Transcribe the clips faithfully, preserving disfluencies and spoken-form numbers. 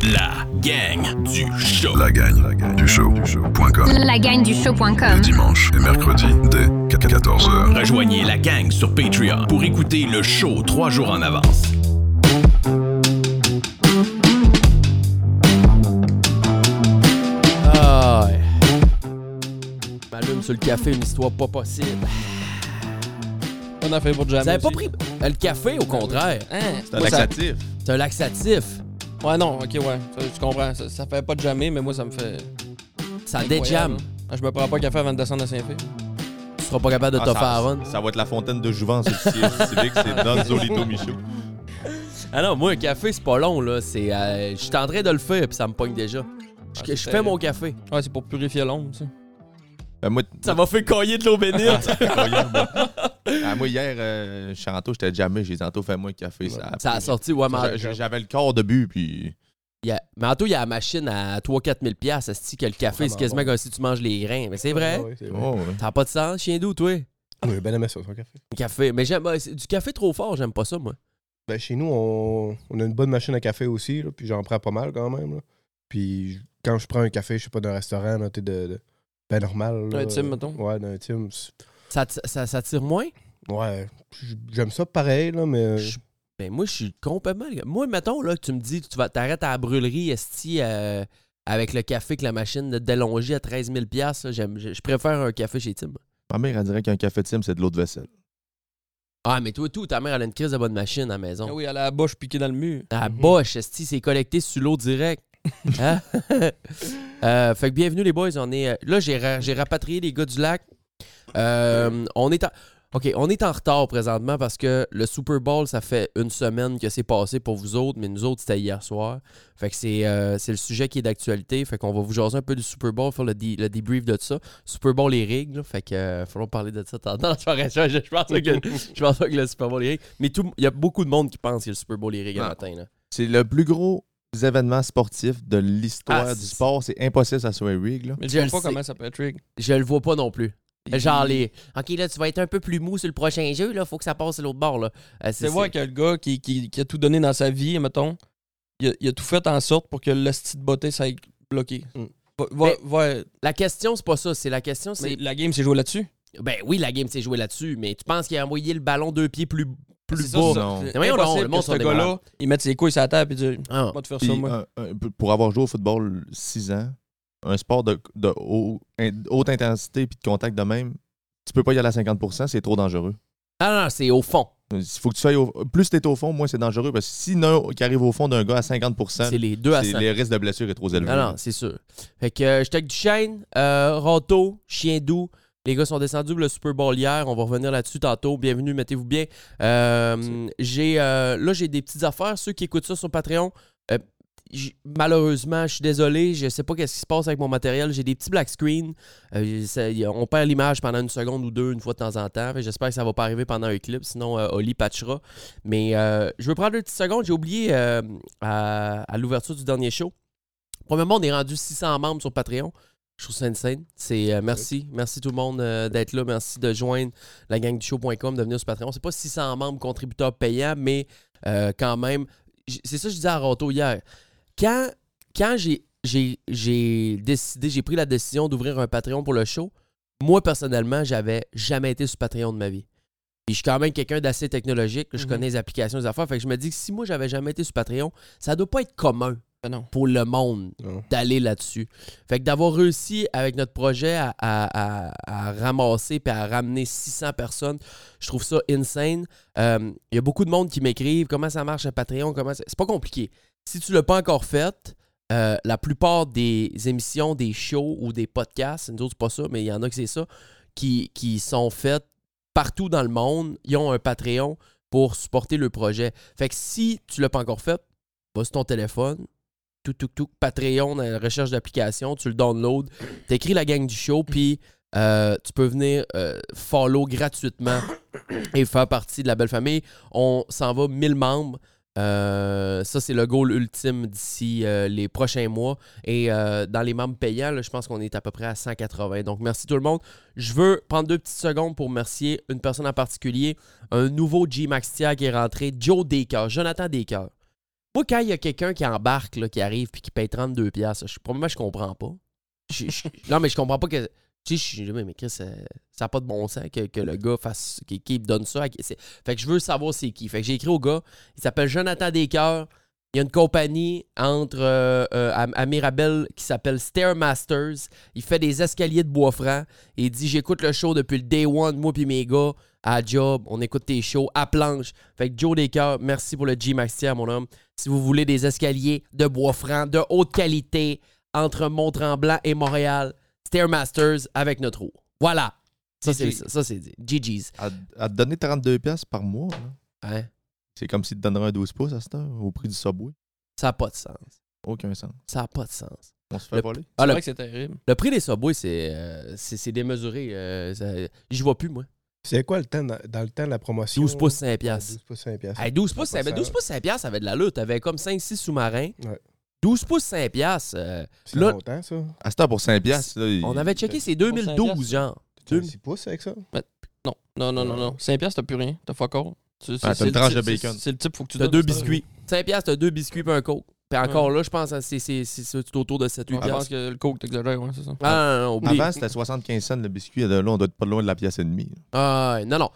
La gang du show. La gang, la gang du show. Point com. La gang du show point com. Le dimanche et mercredi dès quatorze heures. Rejoignez la gang sur Patreon pour écouter le show trois jours en avance. Ah, m'allume sur le café, une histoire pas possible. On a fait pour jamais. Vous avez pas aussi. pris euh, le café, au contraire. Hein? C'est un Moi, ça- laxatif. C'est un laxatif. Ouais, non, ok, ouais. Ça, tu comprends. Ça, ça fait pas de jamais, mais moi, ça me fait. Ça incroyable, déjame. hein. Ah, je me prends pas un café avant de descendre à Saint-Fé. Tu seras pas capable de Ah, t'offrir ça, à run. ça va être la fontaine de Jouvence aussi. Civique, c'est Don Zolito Michaud. Ah non, moi, un café, c'est pas long, là. C'est, euh, je suis en train de le faire, puis ça me pogne déjà. Je, Ah, je c'est fais mon café. Ouais, c'est pour purifier l'ombre, ça. Ben, moi, Ça m'a fait coller de l'eau bénite. ah, moi, hier, euh, je suis en taux, j'étais jamais. J'ai dit, Anto, fais-moi un café. Ça a, Ça a sorti, ouais, mais... J'a- J'avais le corps de but, puis. Il y a- Mais en tout, il y a la machine à trois à quatre mille piastres. C'est que le café, c'est Vraiment quasiment bon. comme si tu manges les grains. Mais c'est vrai. Ah oui, c'est vrai. Oh, ouais. Ça n'a pas de sens, chien doux, toi. Oui, j'ai bien aimé ça, son café. Le café. Mais j'aime ouais, c'est du café trop fort, j'aime pas ça, moi. Ben, chez nous, on, on a une bonne machine à café aussi, là, puis j'en prends pas mal quand même. Là. Puis j- quand je prends un café, je sais pas, d'un restaurant, là, t'es de, de ben normal. Là, Un team, mettons. Ouais, d'un team. c'est- Ça, t- ça, ça tire moins? Ouais, j- j'aime ça pareil, là, mais. Je- Ben moi, je suis complètement... Moi, mettons, là, que tu me dis, tu vas t'arrêtes à la brûlerie, esti, euh, avec le café que la machine de délongée à treize mille piastres, là, j'aime, je je préfère un café chez Tim. Ma mère, elle dirait qu'un café Tim, c'est de l'eau de vaisselle. Ah, mais toi, tout, ta mère, elle a une crise de bonne machine à la maison. Ah oui, elle a la bouche piquée dans le mur. Ah, boche, esti, c'est collecté sur l'eau direct. Hein? Euh, fait que bienvenue les boys, on est... euh, Là, j'ai, ra- j'ai rapatrié les gars du lac. Euh, on est en... OK, on est en retard présentement parce que le Super Bowl, ça fait une semaine que c'est passé pour vous autres, mais nous autres, c'était hier soir. Fait que c'est, euh, c'est le sujet qui est d'actualité. Fait qu'on va vous jaser un peu du Super Bowl, faire le, dé- le débrief de ça. Super Bowl, les règles. là. Fait que euh, faudra parler de ça tantôt. Je pense pas je pense pas que, je pense pas que le Super Bowl, les règles. Mais tout- il y a beaucoup de monde qui pense qu'il y a le Super Bowl, les règles le Ah. matin. Là. C'est le plus gros événement sportif de l'histoire Ah, du c'est- sport. C'est impossible que ça soit rig, là. Mais Je je le sais pas sais. comment ça peut être rig. Je le vois pas non plus. Genre les. OK, là, tu vas être un peu plus mou sur le prochain jeu, là. Faut que ça passe sur l'autre bord, là. Euh, C'est voir que le gars qui, qui, qui a tout donné dans sa vie, mettons, il a, il a tout fait en sorte pour que le style de beauté ça aille bloqué. Mm. Va- va- Mais- va- La question, c'est pas ça. C'est la question, mais c'est. la game s'est jouée là-dessus. Ben oui, la game s'est jouée là-dessus, mais tu penses qu'il a envoyé le ballon deux pieds plus, plus C'est ça, bas? c'est ça. Non. C'est Mais voyons donc, impossible le monde que sont ce des gars-là, malades. il mette ses couilles sur la table et dire Ah. pas te faire Puis, ça, moi. un- un- pour avoir joué au football six ans, un sport de, de haut- in- haute intensité puis de contact de même, tu peux pas y aller à cinquante pour cent, c'est trop dangereux. Ah non, c'est au fond. Il faut que tu sois au, plus tu es au fond, moins c'est dangereux. Parce que si l'un qui arrive au fond d'un gars à cinquante pour cent, C'est les deux à c'est- cent. les risques de blessure est trop élevé. Non, non, c'est sûr. Fait que euh, j'étais avec Duchesne, euh, Rato, Chien Doux. Les gars sont descendus pour le Super Bowl hier. On va revenir là-dessus tantôt. Bienvenue, mettez-vous bien. Euh, j'ai, euh, là, j'ai des petites affaires. Ceux qui écoutent ça sur Patreon, euh, j- malheureusement, je suis désolé. Je sais pas qu'est-ce qui se passe avec mon matériel. J'ai des petits black screens. Euh, ça- y a- on perd l'image pendant une seconde ou deux, une fois de temps en temps. Fait que j'espère que ça va pas arriver pendant un clip. Sinon, euh, Oli patchera. Mais euh, je veux prendre deux petites secondes. J'ai oublié euh, à, à l'ouverture du dernier show. Premièrement, on est rendu six cents membres sur Patreon. Je trouve ça insane. C'est, euh, merci. Merci tout le monde euh, d'être là. Merci de joindre la gang du show point com, de venir sur Patreon. C'est pas six cents membres contributeurs payants, mais euh, quand même. j- C'est ça que je disais à Rato hier. Quand, quand j'ai, j'ai, j'ai décidé, j'ai pris la décision d'ouvrir un Patreon pour le show, moi, personnellement, j'avais jamais été sur Patreon de ma vie. Puis je suis quand même quelqu'un d'assez technologique. Je Mhm. connais les applications, les affaires. Fait que je me dis que si moi, j'avais jamais été sur Patreon, ça doit pas être commun Ben non. pour le monde Non. d'aller là-dessus. Fait que d'avoir réussi avec notre projet à, à- à- à ramasser puis à ramener six cents personnes, je trouve ça insane. Il y a beaucoup de monde qui m'écrivent comment ça marche à Patreon, comment ça... C'est pas compliqué. Si tu l'as pas encore fait, euh, la plupart des émissions, des shows ou des podcasts, nous autres, c'est pas ça, mais il y en a que c'est ça, qui, qui sont faites partout dans le monde, ils ont un Patreon pour supporter le projet. Fait que si tu l'as pas encore fait, va sur ton téléphone, tout, tout, tout, Patreon dans la recherche d'application, tu le downloads, t'écris la gang du show, puis euh, tu peux venir euh, follow gratuitement et faire partie de la belle famille. On s'en va mille membres. Euh, ça, c'est le goal ultime d'ici euh, les prochains mois. Et euh, dans les membres payants, là, je pense qu'on est à peu près à cent quatre-vingts. Donc, merci tout le monde. Je veux prendre deux petites secondes pour remercier une personne en particulier, un nouveau G-Max Tier qui est rentré, Joe Descoeurs, Jonathan Descoeurs. Moi, quand il y a quelqu'un qui embarque, là, qui arrive puis qui paye trente-deux piastres, je, probablement, je comprends pas. Je, je, non, mais je comprends pas que... Tu sais, je dis, mais Chris, ça n'a pas de bon sens que, que le gars fasse... Qu'il qu donne ça. Fait que je veux savoir c'est qui. Fait que j'ai écrit au gars. Il s'appelle Jonathan Descoeurs. Il y a une compagnie entre euh, euh, à, à Mirabel qui s'appelle Stairmasters. Il fait des escaliers de bois franc. Et il dit, j'écoute le show depuis le day one, moi puis mes gars, à job. On écoute tes shows à planche. Fait que Joe Descoeurs, merci pour le G-Max Tier, mon homme. Si vous voulez des escaliers de bois franc de haute qualité entre Mont-Tremblant et Montréal, Stairmasters avec notre eau. Voilà. Ça, c'est, ça, c'est dit. G G's. À, à te donner trente-deux piastres par mois, là. Hein? C'est comme s'il te donnerait un douze pouces à cette heure, au prix du Subway. Ça n'a pas de sens. Aucun sens. Ça n'a pas de sens. On se fait Le- voler. Ah, C'est le, vrai que c'est terrible. le prix des Subway, c'est, euh, c'est, c'est démesuré. Euh, ça- J'y vois plus, moi. C'est quoi le temps, dans, dans le temps de la promotion? douze pouces, là? cinq piastres. douze pouces, cinq piastres. Hey, douze pouces, Ça a ça pas avait, de douze pouces, cinq piastres, ça avait de la lutte. T'avais comme cinq six sous-marins. Ouais. douze pouces, cinq piastres. euh, C'est là- longtemps, ça. À cette heure, pour cinq piastres, là, il- on avait checké, c'est deux mille douze, genre. Tu Deux- as six pouces avec ça? Non, non, non, non, non. cinq piastres, t'as plus rien. T'as fuck all. Tu- c'est- t'as c'est une le tranche type- de bacon. C'est c'est le type, faut que tu T'as donnes deux ça. biscuits. cinq piastres, t'as deux biscuits puis un coke. Puis encore là, je pense que c'est, c'est, c'est, c'est autour de sept huit Je pense piastres. que le coke, t'exagères, ouais, c'est ça. Ah non, non, non, oublie. Avant, c'était soixante-quinze cents le biscuit. Là, on doit être pas loin de la pièce et demie. Ah, ouais, non, non.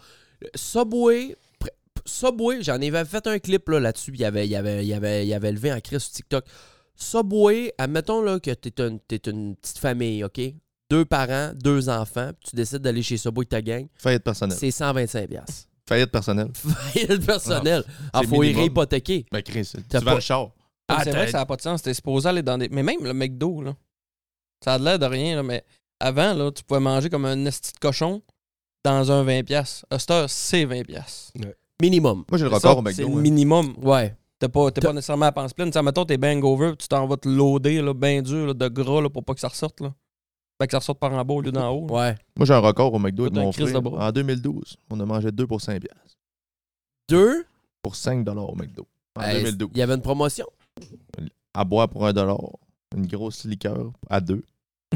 Subway, pr- Subway, j'en avais fait un clip là, là-dessus. Il y avait, il y avait, il y avait, il y avait levé en crise sur TikTok. Subway, admettons là, que t'es une, t'es une petite famille, OK? Deux parents, deux enfants, puis tu décides d'aller chez Subway avec ta gang, Faillite personnelle. c'est cent vingt-cinq piastres. Faillite personnelle. Faillite personnelle. Ah, c'est faut y minimum. réhypothéquer. Ben, Chris, T'as tu pas- vends le char. Ah, c'est t'as- vrai que ça n'a pas de sens. T'es supposé aller dans des. Mais même le McDo, là. Ça a l'air de rien, là, mais avant, là, tu pouvais manger comme un esti de cochon dans un vingt piastres. À cette heure, c'est vingt piastres. Minimum. Moi, j'ai le C'est record ça, au C'est McDo. le hein. minimum. Ouais. T'es pas, t'es T'as- pas nécessairement à pense pleine. T'sais, mettons, t'es bangover, tu t'en vas te loader, là, ben dur, là, de gras, là, pour pas que ça ressorte, là. Fait que ça ressorte par en bas au lieu d'en haut. là. Ouais. Moi, j'ai un record au McDo avec T'as un mon crise frère. de bras. En deux mille douze, on a mangé deux pour cinq piastres. Deux. Pour cinq dollars au McDo. En Hey, deux mille douze. il y avait une promotion. À boire pour un dollar. Une grosse liqueur à deux.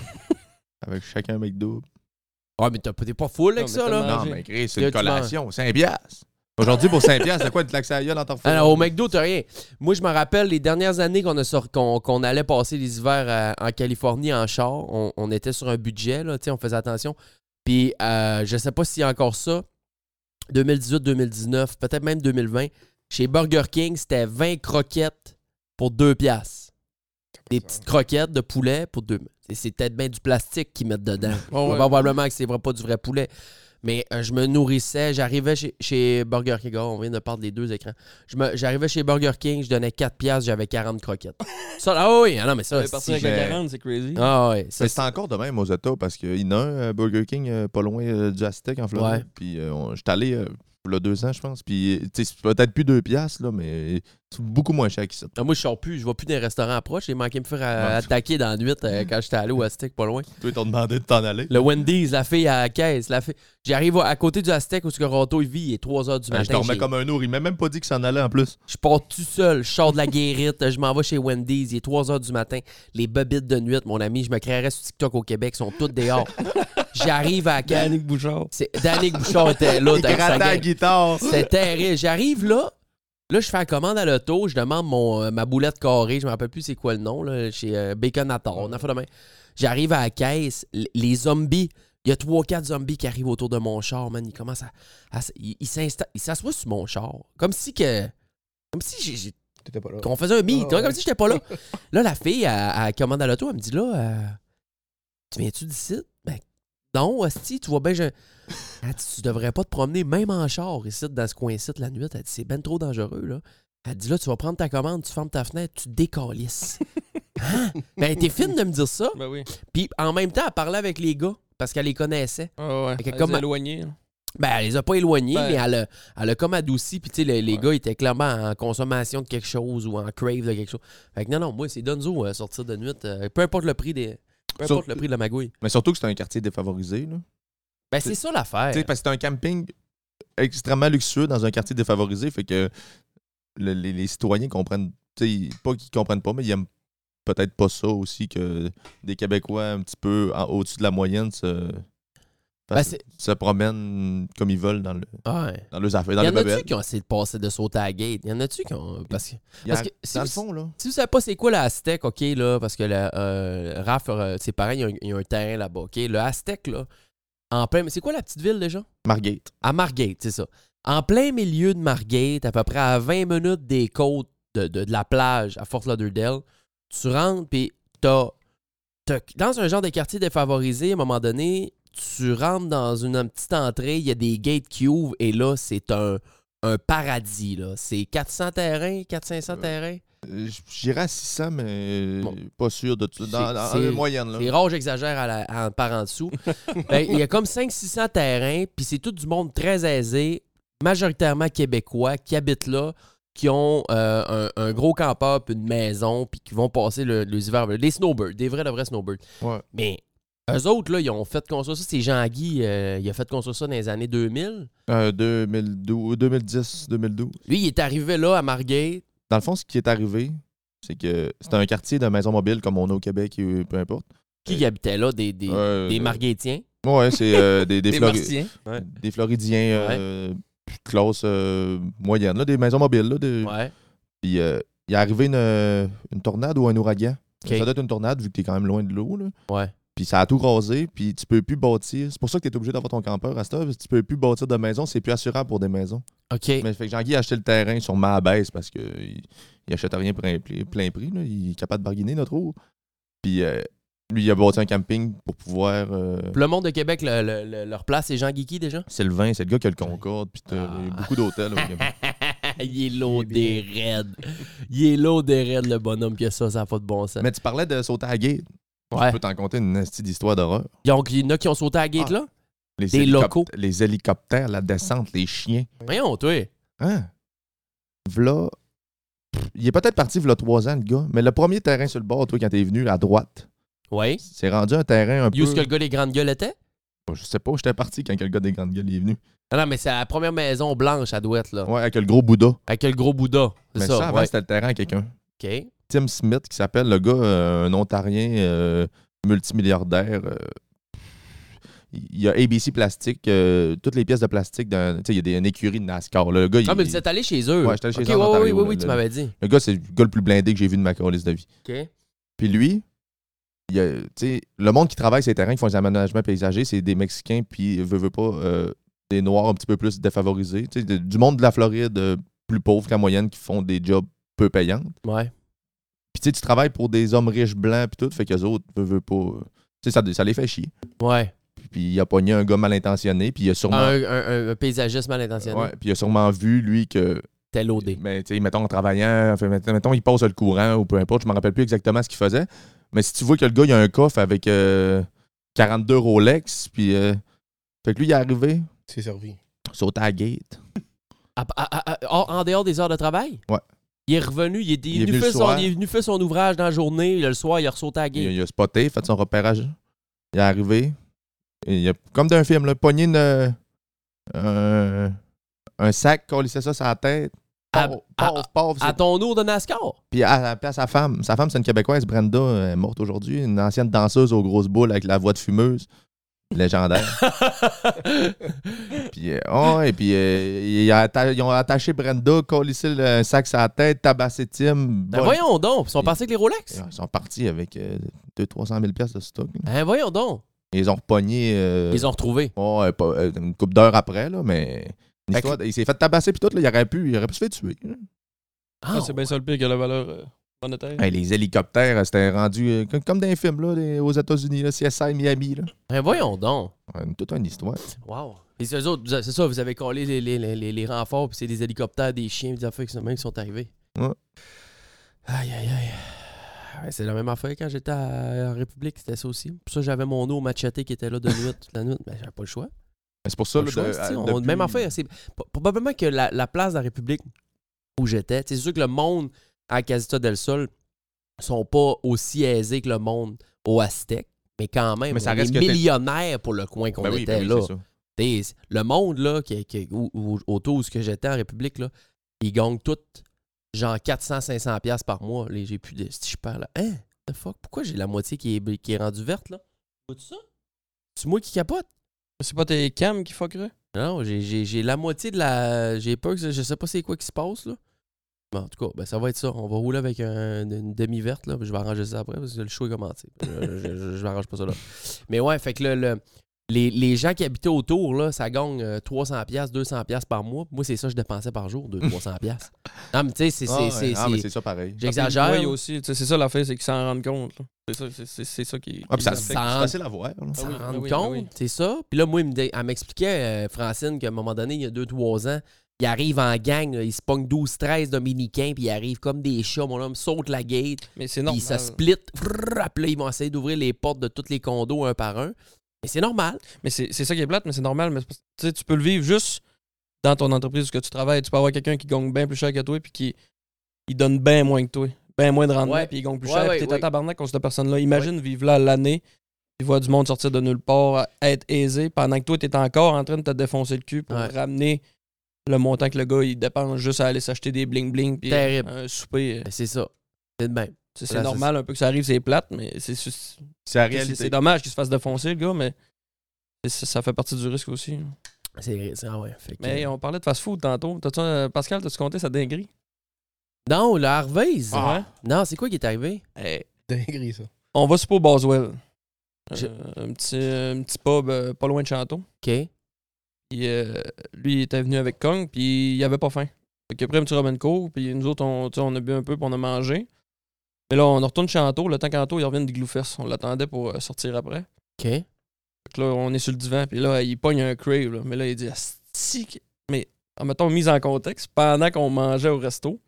Avec chacun un McDo. Ouais, mais t'as- t'es pas full avec Non, ça, mais là. tellement- Non, Manger. mais Chris, c'est Là, une tu collation. cinq piastres. Aujourd'hui, pour cinq piastres, c'est quoi de l'accès à la gueule en temps Alors, au McDo, t'as rien. Moi, je me rappelle les dernières années qu'on a sor- qu'on, qu'on allait passer les hivers à- en Californie en char. On, on était sur un budget, là, tu sais, on faisait attention. Puis, euh, je sais pas s'il y a encore ça. deux mille dix-huit deux mille dix-neuf, peut-être même deux mille vingt. Chez Burger King, c'était vingt croquettes pour deux piastres. Des petites croquettes de poulet pour deux. C'est, c'est peut-être bien du plastique qu'ils mettent dedans. Oh, ouais. Probablement que c'est vrai, pas du vrai poulet. Mais euh, je me nourrissais. J'arrivais chez, chez Burger King. Oh, on vient de parler des deux écrans. Je me- j'arrivais chez Burger King, je donnais quatre piastres, j'avais quarante croquettes. Ça, ah oui, ah non, mais ça, T'es parti si avec j'ai- la j'ai- quarante, c'est crazy. Ah ouais, ça, Mais c'est encore de même aux États parce qu'il y en a un euh, Burger King euh, pas loin euh, du Aztec en Floride. Ouais. Puis euh, on- j'étais allé euh, il y a deux ans, je pense. Puis tu sais, c'est peut-être plus deux piastres, là, mais c'est beaucoup moins cher qu'ici. Ah, moi, je sors plus. Je vais plus dans les restaurants proches. J'ai manqué de me faire euh, Ouais. attaquer dans la nuit euh, quand j'étais allé au Aztec, pas loin. Toi, ils t'ont demandé de t'en aller. Le Wendy's, la fille à la caisse. La fille... J'arrive à côté du Aztec où ce que Roto il vit, il est trois heures du Ben, matin. je te remets j'ai- comme un ours. Il m'a même pas dit qu'il s'en allait en plus. Je pars tout seul, je sors de la guérite, je m'en vais chez Wendy's, il est trois heures du matin. Les bobites de nuit, mon ami, je me créerais sur TikTok au Québec, sont toutes dehors. J'arrive à la caisse. Yannick Bouchard. C'est... Danick Bouchard était là. Il avec sa grattait la gang. guitare. C'était terrible. J'arrive là. Là, je fais la commande à l'auto. Je demande mon, euh, ma boulette carrée. Je me rappelle plus c'est quoi le nom. Là, chez euh, Baconator. On a fait de même. J'arrive à la caisse. l- Les zombies. Il y a trois quatre zombies qui arrivent autour de mon char, man. Ils commencent à... à s- ils, ils s'installent. Ils s'assoient sur mon char. Comme si que... Comme si j'ai... j'ai- T'étais pas là. qu'on faisait un meet. Ah, tu vois, ouais. Comme si j'étais pas là. Là, la fille, elle, elle commande à l'auto. Elle me dit, là... euh, tu viens-tu d'ici? Ben, non, hostie, tu vois bien... Je... Elle dit, tu devrais pas te promener même en char ici, dans ce coin-ci la nuit. Elle dit, c'est ben trop dangereux, là. Elle dit, là, tu vas prendre ta commande, tu fermes ta fenêtre, tu décalisses. Hein? Ben, elle était fine de me dire ça. Ben oui. Puis, en même temps, elle parlait avec les gars, parce qu'elle les connaissait. Ah ouais. Fait que Elle comme- les a éloignés, là. Ben, elle les a pas éloignés, Ben- mais elle a, elle a comme adouci. Puis, tu sais, les, les Ouais. gars étaient clairement en consommation de quelque chose ou en crave de quelque chose. Fait que non, non, moi, c'est Dunzo, euh, sortir de nuit. euh, peu importe le prix des... Peu Sur- importe le prix de la magouille. Mais surtout que c'est un quartier défavorisé. Là. Ben, c'est ça l'affaire. Tu sais, parce que c'est un camping extrêmement luxueux dans un quartier défavorisé. Fait que le- les, les citoyens comprennent. Tu sais, pas qu'ils comprennent pas, mais ils aiment peut-être pas ça aussi que des Québécois un petit peu en- au-dessus de la moyenne se, Parce Ben, que c'est- ils se promènent comme ils veulent dans, le, Ouais. dans leurs affaires, dans Y les en a-tu bebelles. qui ont essayé de passer de sauter à la gate? Y en a-tu qui ont. Parce que, Il y a- parce que si Dans le vous- fond, là. si vous savez pas c'est quoi le Aztec, OK, là, parce que le, euh, Raph, euh, ses parents, ils ont, ils ont un terrain là-bas, OK? Le Aztec, là, en plein. C'est quoi la petite ville déjà? Margate. À Margate, c'est ça. En plein milieu de Margate, à peu près à vingt minutes des côtes de, de, de la plage à Fort Lauderdale, tu rentres, puis t'as, t'as- dans un genre de quartier défavorisé, à un moment donné, tu rentres dans une, une petite entrée, il y a des gates qui ouvrent, et là, c'est un, un paradis, là. C'est quatre cents terrains, quatre cents cinq cents terrains. Euh, J'irais à six cents, mais Bon. pas sûr de tout. C'est- Dans, dans c'est- la moyenne, là. C'est rare, j'exagère à la- à- par en dessous. Ben, il y a comme cinq cents six cents terrains, puis c'est tout du monde très aisé, majoritairement québécois, qui habitent là, qui ont euh, un, un gros campeur, puis une maison, puis qui vont passer le, les hivers. Des snowbirds, des vrais, de vrais snowbirds. Ouais. Mais eux autres, là, ils ont fait construire ça. C'est Jean-Guy, euh, il a fait construire ça dans les années deux mille. Euh, deux mille douze, deux mille dix, deux mille douze. Lui, il est arrivé là, à Margate. Dans le fond, ce qui est arrivé, c'est que c'était un quartier de maisons mobiles comme on a au Québec, et peu importe. Qui y habitait là? Des, des, Euh, des Margatiens. Ouais, c'est euh, des, des, Des Flori- Martiens. des Floridiens euh, classe euh, moyenne, là, des maisons mobiles. Là, des- Ouais. Puis euh, il est arrivé une, une tornade ou un ouragan. Ok. Ça doit être une tornade vu que t'es quand même loin de l'eau. Là. Ouais. Puis ça a tout rasé, puis tu peux plus bâtir. C'est pour ça que tu es obligé d'avoir ton campeur à cette heure, parce que tu peux plus bâtir de maison, c'est plus assurable pour des maisons. OK. Mais fait que Jean-Guy a acheté le terrain sur ma baisse parce qu'il il achète rien plein, plein prix. Là. Il est capable de barguiner, notre eau. Puis euh, lui, il a bâti un camping pour pouvoir. euh, Puis le monde de Québec, le- le- le- leur place, c'est Jean Guiqui déjà? Sylvain, c'est le gars qui a le Concorde, puis t'as Ah. il y a beaucoup d'hôtels. au Québec. Il est lourd des raids. Il est lourd des raids, le bonhomme, que ça, ça n'a pas de bon sens. Mais tu parlais de sauter à la gate. Ouais. Je peux t'en conter une nasty d'histoire d'horreur. Il y en il y en a qui ont sauté à la gate, Ah. là? Les Des hélicop- locaux. Les hélicoptères, la descente, les chiens. Voyons, toi. Hein? V'là. Pff, Il est peut-être parti v'là trois ans, le gars. Mais le premier terrain sur le bord, toi, quand t'es venu, à droite, Oui. c'est rendu un terrain un Où est-ce peu. que le gars des grandes gueules était? Je sais pas, j'étais parti quand le gars des grandes gueules est venu. Non, non, mais c'est la première maison blanche à Douette, là. Ouais, avec le gros Bouddha. Avec le gros Bouddha. C'est Mais ça, ça, avant, ouais. c'était le terrain à quelqu'un. OK. Tim Smith, qui s'appelle le gars, euh, un Ontarien euh, multimilliardaire. euh, il y a A B C Plastique, euh, toutes les pièces de plastique. dans- Tu sais, il y a des, une écurie de NASCAR. là. Le gars, Ah, il- mais vous êtes allé chez eux. Ouais, j'étais allé chez Ok, eux en ouais, Ontario, Oui, oui, là, oui, tu le- m'avais dit. le gars, c'est le gars le plus blindé que j'ai vu de ma liste de vie. OK. Puis lui, il y a, tu sais, le monde qui travaille ces terrains, qui font des aménagements paysagers, c'est des Mexicains, puis veut, veut pas, euh, des Noirs un petit peu plus défavorisés. Tu sais, de- du monde de la Floride, euh, plus pauvre qu'en moyenne, qui font des jobs peu payants. Ouais. Puis tu sais, tu travailles pour des hommes riches blancs, puis tout, fait qu'eux autres, veut, veut pas. euh, Tu sais, ça, ça les fait chier. Ouais. Puis il a pogné un gars mal intentionné, puis il a sûrement. Un, un- un paysagiste mal intentionné. Ouais, puis il a sûrement vu, lui, que. T'es loadé. Mais tu sais, mettons, en travaillant, fait, mettons, mettons, il passe le courant ou peu importe, je me rappelle plus exactement ce qu'il faisait. Mais si tu vois que le gars, il a un coffre avec euh, quarante-deux Rolex, puis. euh, fait que lui, il est arrivé, C'est servi. sauté à la gate. À- à- à- en en dehors des heures de travail? Ouais. Il est revenu, il est, il est Il est venu venu faire le son, soir. il est venu faire son ouvrage dans la journée, le soir, il a ressauté à la Il, gate. il a spoté, fait son repérage. Il est arrivé. Et il a, comme d'un film, là, pogné une, un, un sac, collissait ça sur la tête. À- Paf, à- paf, paf, À c'est- ton eau de NASCAR? Puis à, à- puis à sa femme. Sa femme, c'est une Québécoise, Brenda, elle est morte aujourd'hui. Une ancienne danseuse aux grosses boules avec la voix de fumeuse. Légendaire. Puis, euh, oh, et puis euh, il a atta- ils ont attaché Brenda, collissé le sac sur la tête, tabassé Tim. Ben vol- voyons donc, ils sont partis avec les Rolex? Ils sont partis avec euh, deux cents à trois cent mille pièces de stock. là. Ben voyons donc. Ils ont repogné. euh, Ils ont retrouvé. oh, euh, pas- euh, une couple d'heures après, là, mais. une Fait que- histoire- il s'est fait tabasser puis tout, là, il aurait pu, il aurait pu se faire tuer. là. Ah, c'est bien ça le pire que la valeur euh, monétaire. Hey, les hélicoptères, euh, c'était rendu euh, comme, comme dans les films là, les- aux États-Unis, là, C S I Miami. Là. Ben voyons donc. Ouais, une- toute une histoire. Wow. Et c'est eux autres, vous- c'est ça, vous avez collé les, les, les, les- les renforts, puis c'est des hélicoptères, des chiens, des affaires qui sont, même qui sont arrivés. Ouais. Aïe, aïe, aïe. Ouais, c'est la même affaire quand j'étais à- en République, c'était ça aussi. Pour ça, j'avais mon eau machete qui était là de nuit, toute la nuit. Ben, j'avais pas le choix. Mais c'est pour ça, Pas là, le choix, de- c'est-tu. à- On- depuis- Même affaire. C'est p- probablement que la, la place de la République où j'étais, c'est sûr que le monde à Casita del Sol sont pas aussi aisés que le monde au Aztec, mais quand même, Mais ça on reste est que t'es- millionnaires pour le coin qu'on Ben oui, était ben oui, là. c'est ça. T'sais, le monde là, qui, qui, où- où- autour où ce que j'étais en République, là, ils gagnent tout genre quatre cents à cinq cents piastres par mois. Les, j'ai plus de. Si je perds là. Hein? The fuck? Pourquoi j'ai la moitié qui est, qui est rendue verte là? Vois-tu ça? C'est moi qui capote? C'est pas tes cams qui fuckeraient? Non, j'ai, j'ai, j'ai la moitié de la. J'ai peur que ça- je sais pas c'est quoi qui se passe là. Bon, en tout cas, ben, ça va être ça. On va rouler avec un- une demi-verte là. Je vais arranger ça après parce que le show est commencé. je, je, je, je m'arrange pas ça là. Mais ouais, fait que le, le- les, les gens qui habitaient autour, là, ça gagne euh, trois cents piastres, deux cents piastres par mois. Moi, c'est ça que je dépensais par jour, deux cents, trois cents piastres. Non, mais tu sais, c'est. Ah, c'est, ouais. c'est, Ah, mais c'est- c'est ça pareil. J'exagère. Oui, aussi. Tu sais, c'est ça l'affaire, c'est qu'ils s'en rendent compte. là. C'est ça, c'est, c'est, c'est ça qui. Ah, puis ça, qui c'est l'affecte. ça- facile à voir. là. s'en Ah oui, rendre ah oui, compte, ah oui. c'est ça. Puis là, moi, il me dit- elle m'expliquait, euh, Francine, qu'à un moment donné, il y a deux trois ans, il arrive en gang, là, il se pogne douze treize dominicains, puis il arrive comme des chats, mon homme saute la gate, Mais c'est puis normal. il se split, frrrr, puis là, ils vont essayer d'ouvrir les portes de tous les condos un par un. Mais c'est normal. Mais c'est, c'est ça qui est plate, mais c'est normal. Mais c'est parce- tu sais, tu peux le vivre juste dans ton entreprise où que tu travailles. Tu peux avoir quelqu'un qui gagne bien plus cher que toi, puis qui il donne bien moins que toi. Bien moins de rendement, Ouais. puis il gagne plus Ouais, cher. ouais, puis t'es ouais. à tabarnak contre cette personne-là. Imagine vivre là l'année, puis voir du monde sortir de nulle part, être aisé, pendant que toi, t'es encore en train de te défoncer le cul pour Ouais. ramener le montant que le gars, il dépense juste à aller s'acheter des bling-bling, puis Terrible. un souper. Mais c'est ça. C'est de même. Tu sais, Là, c'est normal un peu que ça arrive, c'est plate, mais c'est juste- C'est la c'est, réalité. c'est dommage qu'il se fasse défoncer, le gars, mais c'est- ça fait partie du risque aussi. C'est, c'est ah ouais. Fait que- Mais on parlait de fast-food tantôt. T'as-tu, euh, Pascal, t'as-tu compté sa dinguerie? Non, le Harvey's. Ah. Non, c'est quoi qui est arrivé? Dinguerie, ça. On va super au Boswell. Je- Euh, un, petit, un petit pub euh, pas loin de Chanteau. OK. Puis euh, lui, il était venu avec Kong, puis il avait pas faim. Fait qu'il a pris un petit Robin Coke, puis nous autres, on, tu sais, on a bu un peu, puis on a mangé. Mais là, on retourne Chanteau. Le temps qu'Anto, il revient de Gloufest. On l'attendait pour euh, sortir après. OK. Fait que là, on est sur le divan, puis là, il pogne un crave. Là. Mais là, il dit, Asti que- mais en mettons, mise en contexte, pendant qu'on mangeait au resto,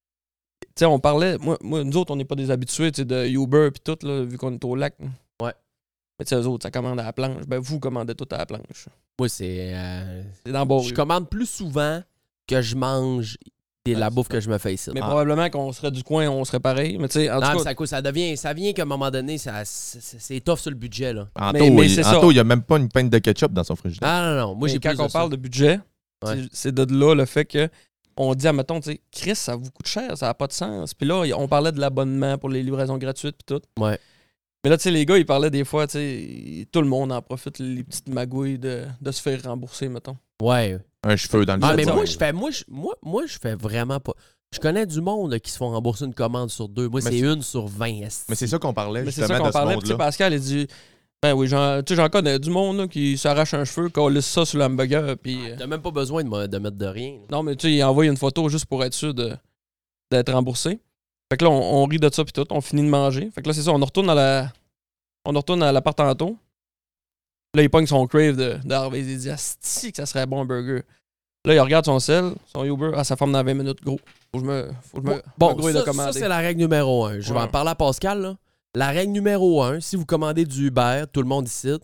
tu sais, on parlait, moi, moi, nous autres, on n'est pas des habitués tu sais, de Uber puis tout, là, vu qu'on est au lac. Ouais. Mais tu sais, eux autres, ça commande à la planche. Ben, vous commandez tout à la planche. Moi, c'est. euh, C'est dans le bas. je commande plus souvent que je mange de la Ouais, bouffe que je me fais ici. Mais Ah. probablement qu'on serait du coin, on serait pareil. Mais tu sais, en Non, tout mais cas, ça, cause- ça devient. Ça vient qu'à un moment donné, ça, c'est, c'est tough sur le budget, là. Anto, Mais- mais il, c'est ça. Anto, il a même pas une pinte de ketchup dans son frigidaire. Ah non, non. Moi, mais j'ai quand plus on de ça. parle de budget, Ouais. c'est- c'est de là le fait que on dit, admettons, tu sais, Chris, ça vous coûte cher, ça n'a pas de sens. Puis là, on parlait de l'abonnement pour les livraisons gratuites puis tout. Ouais. Mais là, tu sais, les gars, ils parlaient des fois, tu sais, tout le monde en profite, les petites magouilles de, de se faire rembourser, mettons. Ouais. Un cheveu dans le Ah, jet mais set. moi, je fais. Moi, je, moi, moi, je fais vraiment pas. Je connais du monde là, qui se font rembourser une commande sur deux. Moi, Mais c'est c'est- une sur vingt. esti. Mais c'est ça qu'on parlait Mais c'est justement ça qu'on de ce parlait. Puis, tu sais, monde-là. Pascal, il dit, ben oui, j'en, tu sais, j'en connais du monde là, qui s'arrache un cheveu, qui lisse ça sur l'hamburger, puis... euh, T'as même pas besoin de, me- de mettre de rien. là. Non, mais tu sais, il envoie une photo juste pour être sûr de, d'être remboursé. Fait que là, on, on rit de ça puis tout, on finit de manger. Fait que là, c'est ça, on retourne à la... On retourne à l'appart tantôt. Là, il pogne son crave de, de Harvey. Il dit, asti que ça serait bon un burger. Là, il regarde son sel, son Uber, ah, ça forme dans vingt minutes, gros. Faut que je me... Faut que je me... Bon, me grouille ça, de commander. ça, c'est la règle numéro un. Je vais Ouais. en parler à Pascal. Là. La règle numéro un, si vous commandez du Uber, tout le monde ici,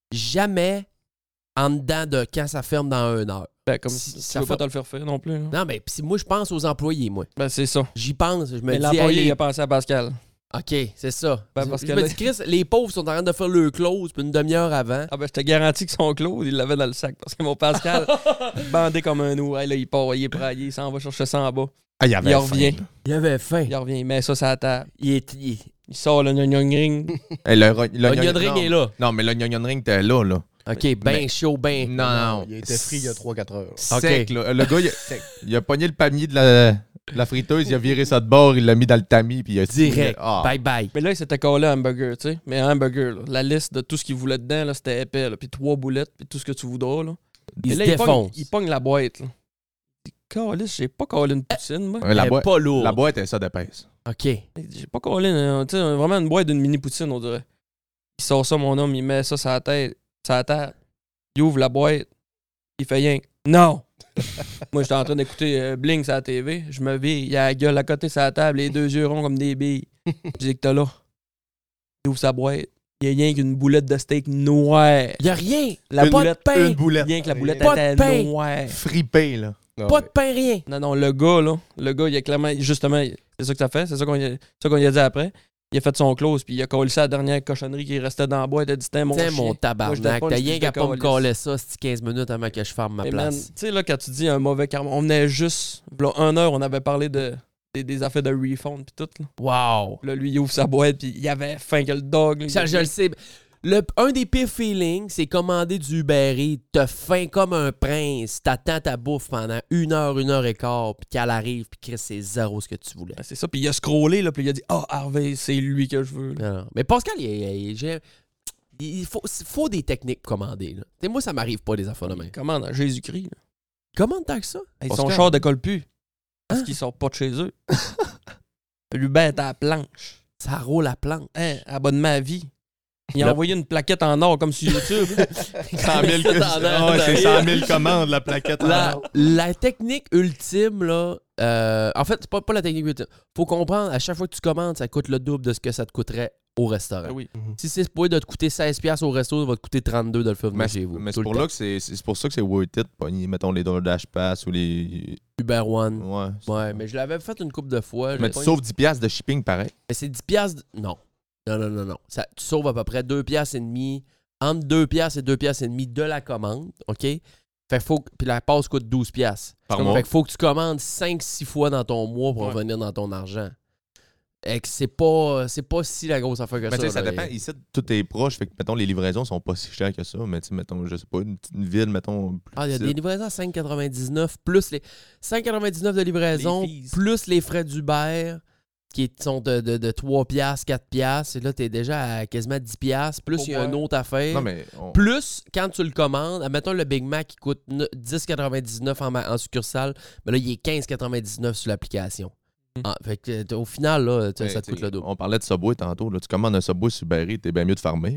jamais en dedans de quand ça ferme dans une heure. Ben, comme si- si, ça tu veux fait- pas te le faire faire non plus. là. Non, mais pis moi, je pense aux employés, moi. Ben, c'est ça. J'y pense. Je me Mais dis, l'employé, hey, il a pensé à Pascal. OK, c'est ça. Ben, je parce je que me là- dis, Chris, les pauvres sont en train de faire le close puis une demi-heure avant. Ah ben, je te garantis que son clos, il l'avait dans le sac. Parce que mon Pascal, bandé comme un ours. Hey, là, il part, il est prêt, il s'en va chercher ça en bas. Ah, il avait Il faim, revient. là. Il avait faim. Il revient, il met ça sur la table. Il est. Il... Il sort le gnong ring. Hey, le ro- Le l'onion- ring non. est là. Non, mais l'onion ring était là, là. OK, ben Mais- chaud, ben. Non, non. Il a été frit il y a trois quatre heures. Sec, là. Le gars, il a, il a pogné le panier de la, de la friteuse, il a viré ça de bord, il l'a mis dans le tamis, puis il a Direct. Ah. Bye bye. Mais là, il s'était collé un hamburger, tu sais. Mais un hamburger, là, la liste de tout ce qu'il voulait dedans, là, c'était épais. Là. Puis trois boulettes, puis tout ce que tu voudras. Là. Il Et se là, il pogne, défonce. il pogne la boîte. Là. Il dit, Calisse, j'ai pas collé une poutine, moi. Ouais, la, Elle est boîte, pas lourde. la boîte est ça d'épaisse. OK. Il dit, J'ai pas collé, une- tu sais, vraiment une boîte d'une mini poutine, on dirait. Il sort ça, mon homme, il met ça sur la tête, sur la table. Il ouvre la boîte. Il fait rien. Non! Moi, j'étais en train d'écouter euh, Bling sur la T V. Je me vis, il a la gueule à côté sur la table, les deux yeux ronds comme des billes. Je dis que t'as là. Il ouvre sa boîte. Il y a rien qu'une boulette de steak noire. Il y a rien. La Pas de boulette, pain. Une boulette. rien que la boulette Pas de était pain. noire. Fripé, là. Non, Pas ouais. de pain, rien. Non, non, le gars, là, le gars, il a clairement, justement, c'est ça que ça fait, c'est ça qu'on y a, ça qu'on y a dit après. Il a fait son close, puis il a collé ça à la dernière cochonnerie qui restait dans la boîte. Il a dit, tiens, mon Tiens, chien. mon Moi, tabarnak. j'étais pas T'as une rien petite qu'à pas me calice. coller ça, c'est quinze minutes avant que je ferme ma Mais man, place. tu sais, là, quand tu dis un mauvais karma, on venait juste, là, une heure, on avait parlé de, des, des affaires de refund, puis tout, là. Wow. Là, lui, il ouvre sa boîte, puis il avait faim que le dog. là. Ça, je le sais. Le, un des pires feelings, c'est commander du Uber Eats, t'as faim comme un prince, t'attends ta bouffe pendant une heure, une heure et quart, puis qu'elle arrive, puis Chris, c'est zéro ce que tu voulais. Ben, c'est ça, puis il a scrollé, là, puis il a dit « Ah, oh, Harvey, c'est lui que je veux. » Non, non. Mais Pascal, il, il- il- il faut, il faut des techniques pour commander. Là. T'sais, moi, ça m'arrive pas, des affaires de même. Commande à Jésus-Christ. là. Commande tant que ça? Hey, Pascal. son char décolle plus. Parce Hein? qu'ils sortent pas de chez eux. L'Uber est à la planche. Ça roule à planche. Hein, abonnement à vie. Il a Le- envoyé une plaquette en or comme sur YouTube. cent mille, Ah ouais, c'est cent mille commandes, la plaquette. La, la technique ultime, là, euh, en fait, c'est pas, pas la technique ultime. Faut comprendre, à chaque fois que tu commandes, ça coûte le double de ce que ça te coûterait au restaurant. Ah oui. Si c'est supposé de te coûter seize dollars au resto, ça va te coûter trente-deux de le faire venir Mais, chez vous. mais tout c'est le pour, temps. là que c'est, c'est pour ça que c'est worth it. Pogner, mettons les DoorDash Pass ou les. Uber One. Ouais. c'est- Ouais, mais je l'avais fait une couple de fois. Mais J'ai tu pas- sauves dix piastres de shipping pareil. Mais c'est dix piastres. de- Non. Non, non, non, non. Ça, tu sauves à peu près deux piastres et demi. Entre deux piastres et deux piastres et demi de la commande. OK? Fait que faut. que- Puis la passe coûte douze piastres. Par Fait mois. que faut que tu commandes cinq six fois dans ton mois pour Ouais. revenir dans ton argent. Et que c'est pas, c'est pas si la grosse affaire que Mais ça. tu sais, ça là. dépend. Ici, tout est proche. Fait que, mettons, les livraisons sont pas si chères que ça. Mais tu sais, mettons, je sais pas, une, petite- une ville, mettons. Plus Ah, il y a petite. des livraisons à cinq quatre-vingt-dix-neuf plus les cinq quatre-vingt-dix-neuf de livraison Les fees. plus les frais d'Uber qui sont de, de, de trois piastres, quatre piastres. Et là, t'es déjà à quasiment dix piastres. Plus Pour il y a une boire. autre affaire. Non, mais. on- Plus, quand tu le commandes, admettons le Big Mac qui coûte ne- dix quatre-vingt-dix-neuf en, ma- en succursale, mais là, il est quinze quatre-vingt-dix-neuf sur l'application. Mm. Ah, fait que euh, au final, là, tu sais, mais, ça te tu coûte sais, le double. On parlait de Subway tantôt. Là. Tu commandes un Subway sur Uber Eats, t'es bien mieux de farmer. là.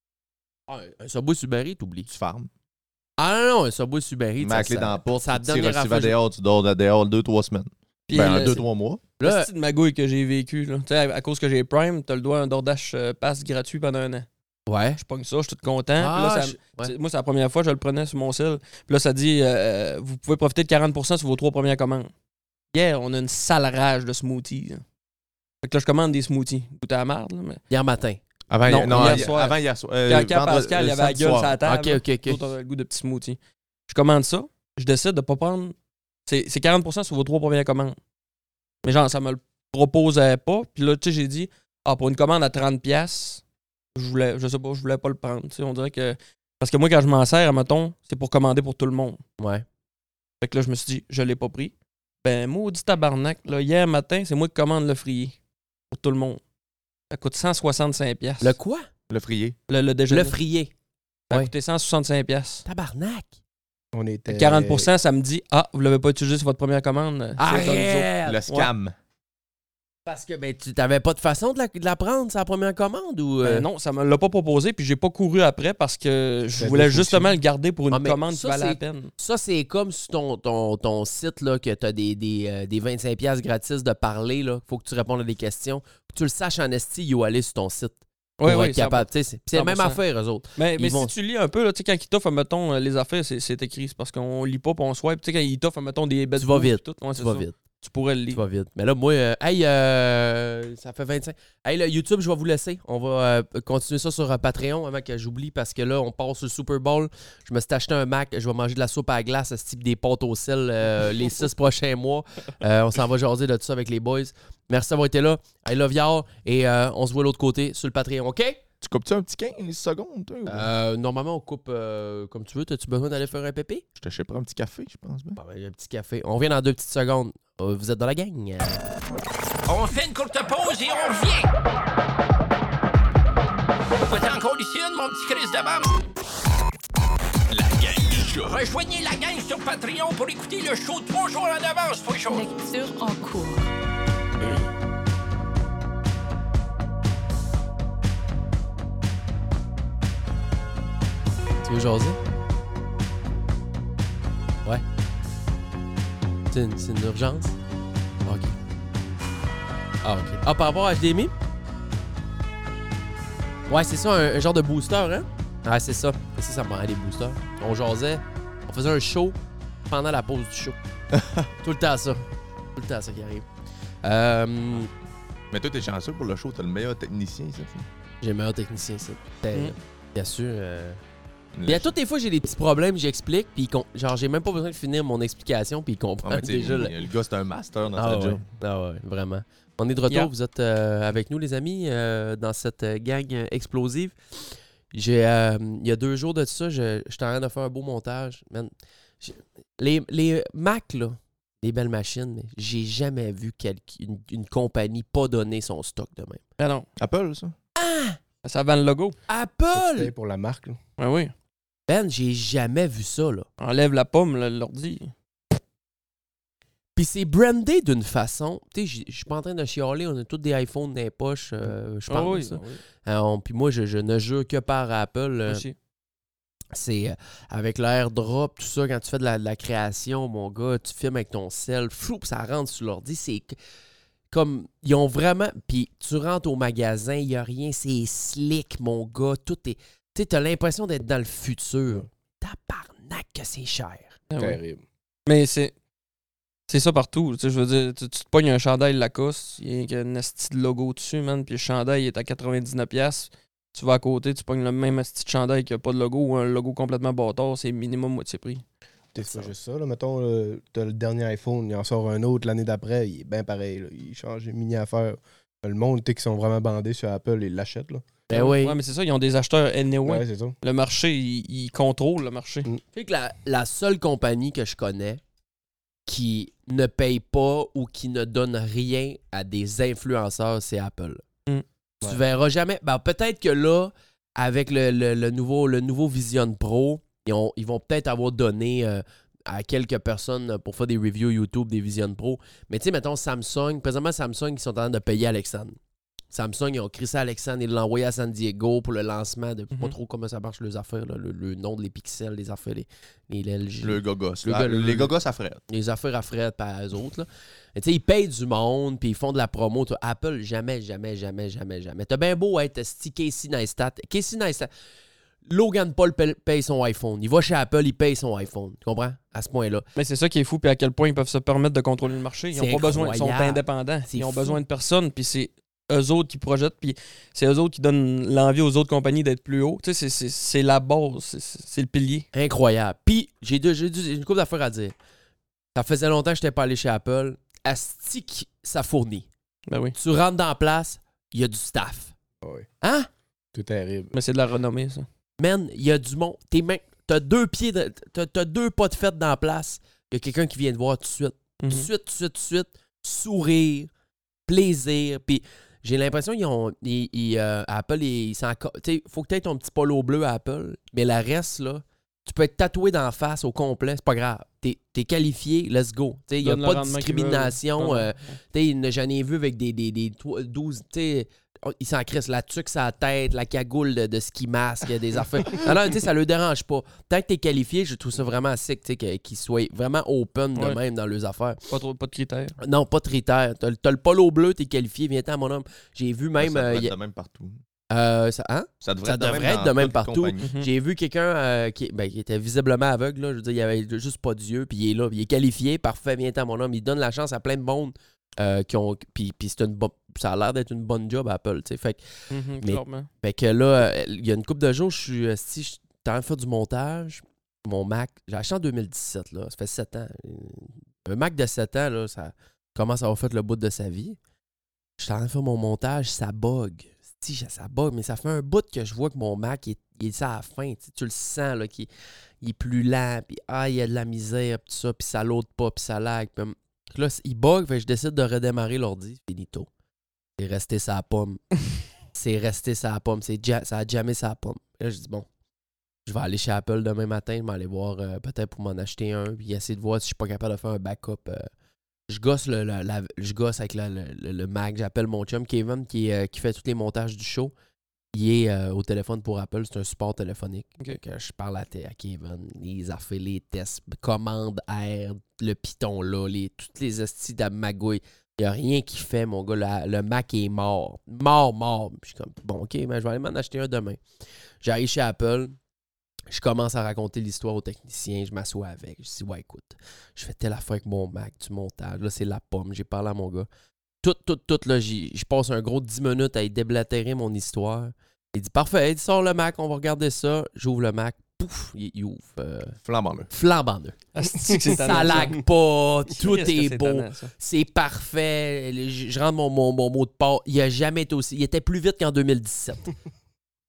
Ah, un Subway Uber Eats, t'oublies. Tu farmes. Ah non, non, un Subway Uber Eats, Tu mets la ça, clé ça- dans la porte, ça tu te tires donne un les civet dehors, tu dors dehors deux, trois semaines. Puis Ben, le- deux, trois mois. La Là, petite magouille que j'ai vécu, là. Tu sais, à, à cause que j'ai Prime, t'as le droit à un DoorDash euh, pass gratuit pendant un an. ouais. Je pogne ça, je suis tout content. Puis Ah, là, ça- je- ouais. c'est- moi, c'est la première fois que je le prenais sur mon cell. Puis là, ça dit euh, vous pouvez profiter de quarante pour cent sur vos trois premières commandes. Hier, on a une sale rage de smoothies. Là. Fait que là, je commande des smoothies. Goûte à la marde, là, mais. Hier matin. Avant Non, hier, non, hier hier- soir. avant hier soir. euh, Quand, quand vendredi- Pascal, il euh, avait la samedi gueule soir. sur la table. Ok, ok, ok. L'autre avait le goût de petits smoothies. Je commande ça. Je décide de pas prendre. C'est c'est quarante pour cent sur vos trois premières commandes. Mais genre, ça me le proposait pas. Puis là, tu sais, j'ai dit, ah, pour une commande à trente piastres, je voulais, je sais pas, je voulais pas le prendre. Tu sais, on dirait que. Parce que moi, quand je m'en sers, mettons, c'est pour commander pour tout le monde. Ouais. Fait que là, je me suis dit, je l'ai pas pris. Ben, maudit tabarnak, là, hier matin, c'est moi qui commande le frier. Pour tout le monde. Ça coûte cent soixante-cinq piastres. Le quoi? Le frier. Le, le déjeuner. Le frier. Ça a ouais. coûté cent soixante-cinq piastres. Tabarnak. On était. quarante pour cent, ça me dit, ah, vous l'avez pas utilisé sur votre première commande. C'est comme nous autres. Arrête! Le scam. Parce que ben, tu t'avais pas de façon de la, de la prendre, sa première commande ou. euh? Ben non, ça me l'a pas proposé, puis j'ai pas couru après parce que je Ben, voulais d'autres justement aussi. le garder pour une Ah, mais commande qui ça, valait la c'est- peine. Ça, c'est comme sur ton, ton, ton site là, que tu as des, des, euh, des vingt-cinq piastres gratis de parler. Il faut que tu répondes à des questions. Puis tu le saches en esti, il faut aller sur ton site. Pour Oui, être oui, capable. Tu sais, C'est c'est la même cent pour cent. affaire, eux autres. Mais, Ils mais vont- si tu lis un peu, là, tu sais, quand ils t'offrent, mettons, les affaires, c'est, c'est écrit. C'est parce qu'on lit pas, puis on swipe. Tu sais, quand ils t'offrent, mettons, des bêtes Tu vas vite. Tout, ouais, Tu c'est vas ça. vite. Tu pourrais le Tu lire. vas vite. Mais là, moi, euh, hey, euh, ça fait vingt-cinq. Hey, le YouTube, je vais vous laisser. On va euh, continuer ça sur euh, Patreon avant que j'oublie parce que là, on passe sur le Super Bowl. Je me suis acheté un Mac. Je vais manger de la soupe à la glace, ce type des pâtes au sel euh, les six prochains mois. Euh, on s'en va jaser de tout ça avec les boys. Merci d'avoir été là. I love y'all. Et euh, on se voit de l'autre côté sur le Patreon, OK? Tu coupes-tu un petit quinze secondes, toi? ou- Euh, normalement, on coupe euh, comme tu veux. As-tu besoin d'aller faire un pépé? Je te sais pas un petit café, je pense. bien. Bon, ben, un petit café. On revient dans deux petites secondes. Euh, vous êtes dans la gang. On fait une courte pause et on revient. Pas encore ici, mon petit Chris de bam. La gang du show. Rejoignez la gang sur Patreon pour écouter le show trois jours en avance, faut chaud. Lecture en cours. Tu veux jaser? Ouais. C'est une, c'est une urgence? OK. Ah, OK. Ah, par rapport à H D M I? Ouais, c'est ça, un, un genre de booster, hein? Ah, c'est ça. C'est ça, ça me rend des boosters. On jasait. On faisait un show pendant la pause du show. Tout le temps ça. Tout le temps ça qui arrive. Euh, Mais toi, t'es chanceux pour le show, t'as le meilleur technicien, ça. j'ai le meilleur technicien, ça. T'es- Mm. Bien sûr. euh, Le- Puis à toutes les fois, j'ai des petits problèmes, j'explique, puis il com- genre, j'ai même pas besoin de finir mon explication, puis il comprend Ah, mais tu sais, déjà. le... le- le gars, c'est un master dans Ah sa ouais. job. Ah ouais, vraiment. On est de retour, Yeah. vous êtes euh, avec nous, les amis, euh, dans cette euh, gang euh, explosive. J'ai, euh, il y a deux jours de ça, je, j'étais en train de faire un beau montage. Man, j'ai- les, les Mac, là, les belles machines, mais j'ai jamais vu quel- une, une compagnie pas donner son stock de même. Ah non. Apple, ça? Ça vend le logo. Tu Apple! payes pour la marque. Là. Ah oui. Ben, j'ai jamais vu ça, là. Enlève la pomme, là, l'ordi. Puis c'est brandé d'une façon. Tu sais, je suis pas en train de chialer, on a tous des iPhones dans les poches, euh, je Ah pense. oui, ça. ah oui. Alors, puis moi, je, je ne jure que par Apple. Moi euh, aussi. C'est euh, avec l'airdrop, tout ça, quand tu fais de la, de la création, mon gars, tu filmes avec ton sel, flou, puis ça rentre sur l'ordi. C'est c- comme, ils ont vraiment. Puis tu rentres au magasin, il n'y a rien, c'est slick, mon gars. Tout est. Tu sais, t'as l'impression d'être dans le futur. Tabarnak que c'est cher. Ah oui. Terrible. Mais c'est. C'est ça partout. Tu sais, je veux dire, tu, tu te pognes un chandail Lacoste, il y a un esti de logo dessus, man, puis le chandail est à quatre-vingt-dix-neuf piastres. Tu vas à côté, tu pognes le même esti de chandail qui a pas de logo ou un logo complètement bâtard, c'est minimum moitié prix. C'est pas juste ça. Là. Mettons, là, t'as le dernier iPhone, il en sort un autre l'année d'après, il est bien pareil. Là. Il change une mini-affaire. Le monde, tu sais, qui sont vraiment bandés sur Apple, ils l'achètent. Là. Ben oui. Ouais, mais c'est ça, ils ont des acheteurs anyway. Ouais, c'est ça. Le marché, ils, ils contrôlent le marché. Mm. Fait que la, la seule compagnie que je connais qui ne paye pas ou qui ne donne rien à des influenceurs, c'est Apple. Mm. Tu Ouais. verras jamais. Ben, peut-être que là, avec le, le- le nouveau, le nouveau Vision Pro, ils, ont- ils vont peut-être avoir donné euh, à quelques personnes pour faire des reviews YouTube des Vision Pro. Mais tu sais, mettons Samsung, présentement Samsung, ils sont en train de payer Alexandre. Samsung, ils ont crissé Alexandre, ils l'ont envoyé à San Diego pour le lancement de. Pas Mhm. trop comment ça marche, les affaires, là, le, le nom de les pixels, les affaires, les, les L G. Le gogos. Le Ah, gars- le- les gogos, ça ferait. Les affaires à Fred par eux autres. Là. Mais tu sais, ils payent du monde, puis ils font de la promo. Toi, Apple, jamais, jamais, jamais, jamais, jamais. T'as bien beau être sti Casey Neistat. Casey Neistat. Logan Paul paye, paye son iPhone. Il va chez Apple, il paye son iPhone. Tu comprends? À ce point-là. Mais c'est ça qui est fou, puis à quel point ils peuvent se permettre de contrôler le marché. Ils C'est n'ont pas besoin, ils sont incroyable. indépendants. C'est Ils ont fou. besoin de personne, puis c'est eux autres qui projettent, puis c'est eux autres qui donnent l'envie aux autres compagnies d'être plus haut. Tu sais, c'est- c'est c'est la base, c'est- c'est c'est le pilier. Incroyable. Puis, j'ai deux- j'ai deux- j'ai une couple d'affaires à dire. Ça faisait longtemps que je n'étais pas allé chez Apple. Asti, qui- ça fournit. Ben oui. Tu rentres dans la place, il y a du staff. Ouais. Hein? C'est terrible. Mais c'est de la renommée, ça. Man, il y a du monde. T'es main- T'as deux pieds, de... t'as, t'as deux pas de fête dans la place. Il y a quelqu'un qui vient te voir tout de suite. Tout de Mhm. suite, tout de suite, tout de suite. Sourire, plaisir. Puis j'ai l'impression qu'ils ont. Ils, ils, euh, Apple, ils, ils s'en. Tu sais, faut que tu aies ton petit polo bleu à Apple. Mais la reste, là, tu peux être tatoué d'en face au complet. C'est pas grave. T'es, t'es qualifié, let's go. Tu sais, il n'y a Donne le pas de rendement qu'ils discrimination. veulent. euh, tu sais, j'en ai vu avec des, des, des toi- douze. Tu sais, oh, ils s'en crissent. La tuque sur la tête, la cagoule de, de ski masque, des affaires. Non, non, tu sais, ça le dérange pas. Tant que t'es qualifié, je trouve ça vraiment sick, tu sais, que- qu'ils soient vraiment open de Ouais. même dans leurs affaires. Pas, trop, pas de critères. Non, pas de critères. T'as, le- t'as le polo bleu, t'es qualifié, viens-t'en, mon homme. J'ai vu même. ça devrait euh, être y a- de même partout. euh, ça, hein? Ça devrait Ça être de devrait même, être dans de même toute partout. compagnie. Mhm. J'ai vu quelqu'un euh, qui, ben, qui était visiblement aveugle, là. Je veux dire, il avait juste pas d'yeux, puis il est là, puis il est qualifié, parfait, viens-t'en, mon homme. Il donne la chance à plein de monde. euh, qui ont, puis, puis c'est une bo- ça a l'air d'être une bonne job à Apple, tu sais. Fait, que- Mhm, Mais- clairement. fait que là, euh, il y a une couple de jours, je suis euh, si je suis en train de faire du montage. Mon Mac, j'ai acheté en deux mille dix-sept, là. Ça fait sept ans. Un Mac de sept ans, là, ça commence à avoir fait le bout de sa vie. Je suis en train de faire mon montage, ça bug. Si, ça bug, mais ça fait un bout que je vois que mon Mac, il est, il est à la fin. Tu sais, tu le sens, là, qu'il il est plus lent, puis ah, il y a de la misère, puis ça, puis ça l'aude pas, puis ça lag. Puis là, il bug, fait que je décide de redémarrer l'ordi. Finito. C'est resté sa pomme. C'est resté sa pomme. C'est ja- ça a jamais sa pomme. Et là, je dis, bon, je vais aller chez Apple demain matin, je vais aller voir euh, peut-être pour m'en acheter un, puis essayer de voir si je suis pas capable de faire un backup. euh. Je gosse, le, la- la- je gosse avec la- le, le- le Mac. J'appelle mon chum Kevin qui, est, euh, qui fait tous les montages du show. Il est euh, au téléphone pour Apple, c'est un support téléphonique. Ok. Fait que je parle à, à Kevin, les affaires, les tests, commande R, le Python là, les, toutes les hosties de magouille. Il n'y a rien qui fait, mon gars. La- le Mac est mort. Mort, mort. Puis je suis comme, bon, OK, mais je vais aller m'en acheter un demain. J'arrive chez Apple. Je commence à raconter l'histoire au technicien. Je m'assois avec. Je dis, ouais, écoute, je fais telle affaire avec mon Mac, du montage. Là, c'est la pomme. J'ai parlé à mon gars. Tout, tout, tout, là, j'y- je passe un gros dix minutes à y déblatérer mon histoire. Il dit, parfait, il sort le Mac, on va regarder ça. J'ouvre le Mac. Pouf, il, il ouvre. Euh, Flambant là. flambant neuf. Asti que c'est Ça tannant, ça. lag pas. Tout Qu'est-ce que est c'est beau. tannant, ça. C'est parfait. Je je rentre mon, mon, mon mot de passe. Il a jamais été aussi. Il était plus vite qu'en deux mille dix-sept.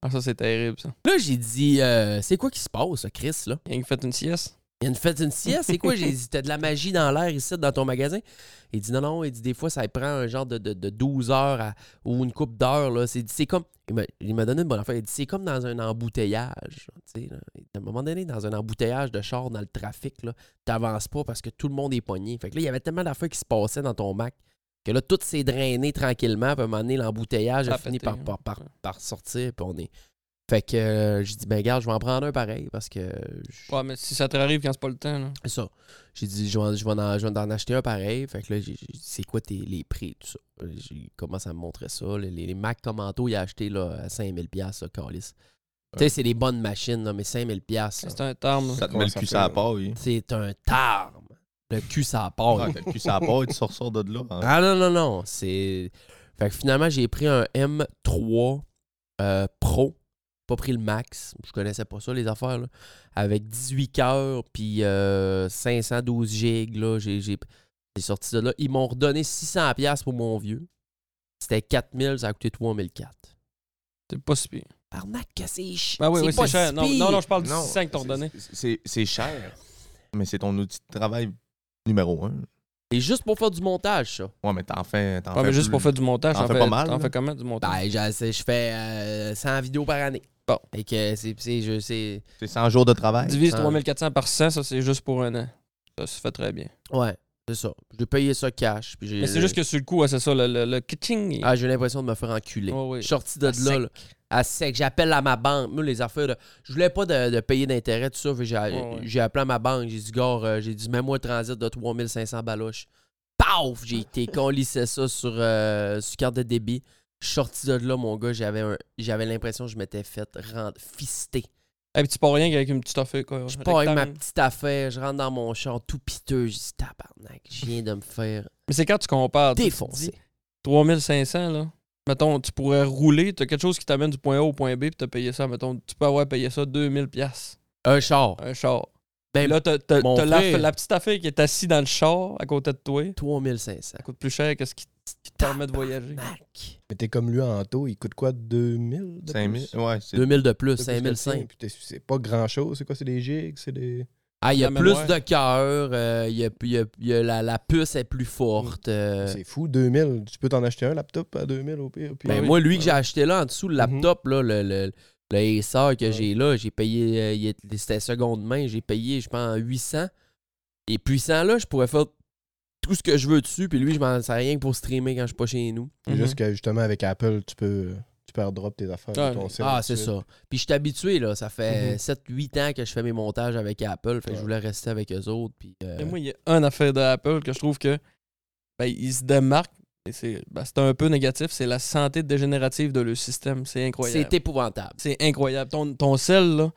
Ah, ça, c'est terrible, ça. Là, j'ai dit, euh, c'est quoi qui se passe, Chris, là? Il a fait une sieste. Il a une fête, une sieste, c'est quoi? J'ai dit, t'as de la magie dans l'air ici, dans ton magasin? Il dit, non, non, il dit, des fois, ça prend un genre de, de, de douze heures à- ou une couple d'heures, là. C'est, c'est comme, il m'a, il m'a donné une bonne affaire. Il dit, c'est comme dans un embouteillage, tu sais, là. À un moment donné, dans un embouteillage de char dans le trafic, là, t'avances pas parce que tout le monde est pogné. Fait que là, il y avait tellement d'affaires qui se passaient dans ton Mac que là, tout s'est drainé tranquillement, puis à un moment donné, l'embouteillage Ça a a fini pété, par, hein. par, par, par sortir, puis on est... Fait que euh, j'ai dit, ben regarde, je vais en prendre un pareil parce que. je- Ouais, mais si ça te arrive quand c'est pas le temps, là. C'est ça. J'ai dit, je vais, je vais en, je vais en acheter un pareil. Fait que là, j'ai, j'ai dit, c'est quoi tes, les prix, tout ça. J'ai commencé à me montrer ça. Les, les Mac Commento, il a acheté là, à cinq mille dollars, ça, calice. Tu sais, c'est des bonnes machines, là, mais cinq mille dollars, ça, C'est un terme, là. Ça te Comment met le ça cul fait, sur la là? paille. c'est un tarme. Le cul, ça part. Ouais, t'as le cul sur la paille, tu sors de là. hein. Ah non, non, non. C'est. Fait que finalement, j'ai pris un M trois euh, Pro. Pas pris le max. Je connaissais pas ça, les affaires, là. Avec dix-huit cœurs, puis euh, cinq cent douze gigs, là. J'ai, j'ai, j'ai sorti de là. Ils m'ont redonné six cents dollars pour mon vieux. C'était quatre mille, ça a coûté trois mille quatre. C'est pas si pire. Arnaque, que c'est ch... Ben oui, oui, pas c'est cher. si Non, pire. non, non, je parle du Non, six cents que t'ont redonné. c'est- C'est c'est cher, mais c'est ton outil de travail numéro un. C'est juste pour faire du montage, ça. Ouais, mais t'en fais. T'en Ouais, fais mais juste plus- pour faire du montage, t'en t'en fais fais pas mal, T'en là. fais comment du montage? Ben, j'ai- c'est- je fais euh, cent vidéos par année. Bon. Fait que c'est, c'est, je, c'est... C'est cent jours de travail. Divise ça- trois mille quatre cents par cent, ça, c'est juste pour un an. Ça se fait très bien. Ouais, c'est ça. J'ai payé ça cash. Puis j'ai, Mais c'est juste que sur le coup, ouais, c'est ça, le, le, le kitching. Ah, j'ai l'impression de me faire enculer. Oh oui. Je suis sorti de À là, sec. là, à sec. J'appelle à ma banque. Moi, les affaires de... Je voulais pas de, de payer d'intérêt, tout ça. Fait que J'ai, ouais. j'ai appelé à ma banque. J'ai dit, gars, euh, j'ai dit, mets-moi un transit de trois mille cinq cents baloches. Paf! J'ai été collissé ça sur, euh, sur carte de débit. Je suis sorti de là, mon gars. J'avais, un... j'avais l'impression que je m'étais fait rendre fisté. Et puis tu pars rien qu'avec une petite affaire, quoi. Je pars avec ma Rectangle. petite affaire. Je rentre dans mon char tout piteux. Je dis, tabarnak, je viens de me faire Mais c'est quand tu compares. tu sais, tu te défoncer. dis, trois mille cinq cents, là. Mettons, tu pourrais rouler, t'as quelque chose qui t'amène du point A au point B, puis t'as payé ça, mettons, tu peux avoir payé ça deux mille piastres, Un char. un char. Ben, Là, t'as, t'as, mon t'as la, frère. la petite affaire qui est assise dans le char à côté de toi. trois mille cinq cents. Ça coûte plus cher que ce qui, qui te permet de voyager. Tabarnak. Mais t'es comme lui en taux, il coûte quoi, deux mille? de cinq plus? mille. Ouais, c'est. deux mille de plus, De plus cinq mille que le cinq. tien, puis t'es- C'est pas grand chose, c'est quoi? C'est des gigs? C'est des. Ah, il y a La plus mémoire. de cœur, euh, il y a, il y a- il y a la, la puce est plus forte. euh. C'est fou, deux mille. Tu peux t'en acheter un laptop à deux mille au pire. puis- Ben, oui. moi, lui que j'ai acheté là en dessous, le Mhm. laptop, là, le, le, le Acer que Ouais. j'ai là, j'ai payé, euh, il est- c'était seconde main, j'ai payé, je pense, huit cents. Et puissant là, je pourrais faire tout ce que je veux dessus, puis lui, je m'en sers rien que pour streamer quand je suis pas chez nous. C'est juste que justement, avec Apple, tu peux, tu peux airdrop tes affaires Ouais. de ton site. Ah, tout c'est de suite. ça. Puis je suis habitué, là, ça fait Mhm. sept huit ans que je fais mes montages avec Apple, fait que je Ouais. voulais rester avec eux autres, puis... euh, Et moi, il y a une affaire d'Apple que je trouve que ben, ils se démarquent, et c'est, ben, c'est un peu négatif, c'est la santé dégénérative de leur système. C'est incroyable. c'est épouvantable. C'est incroyable. Ton, ton sel, là,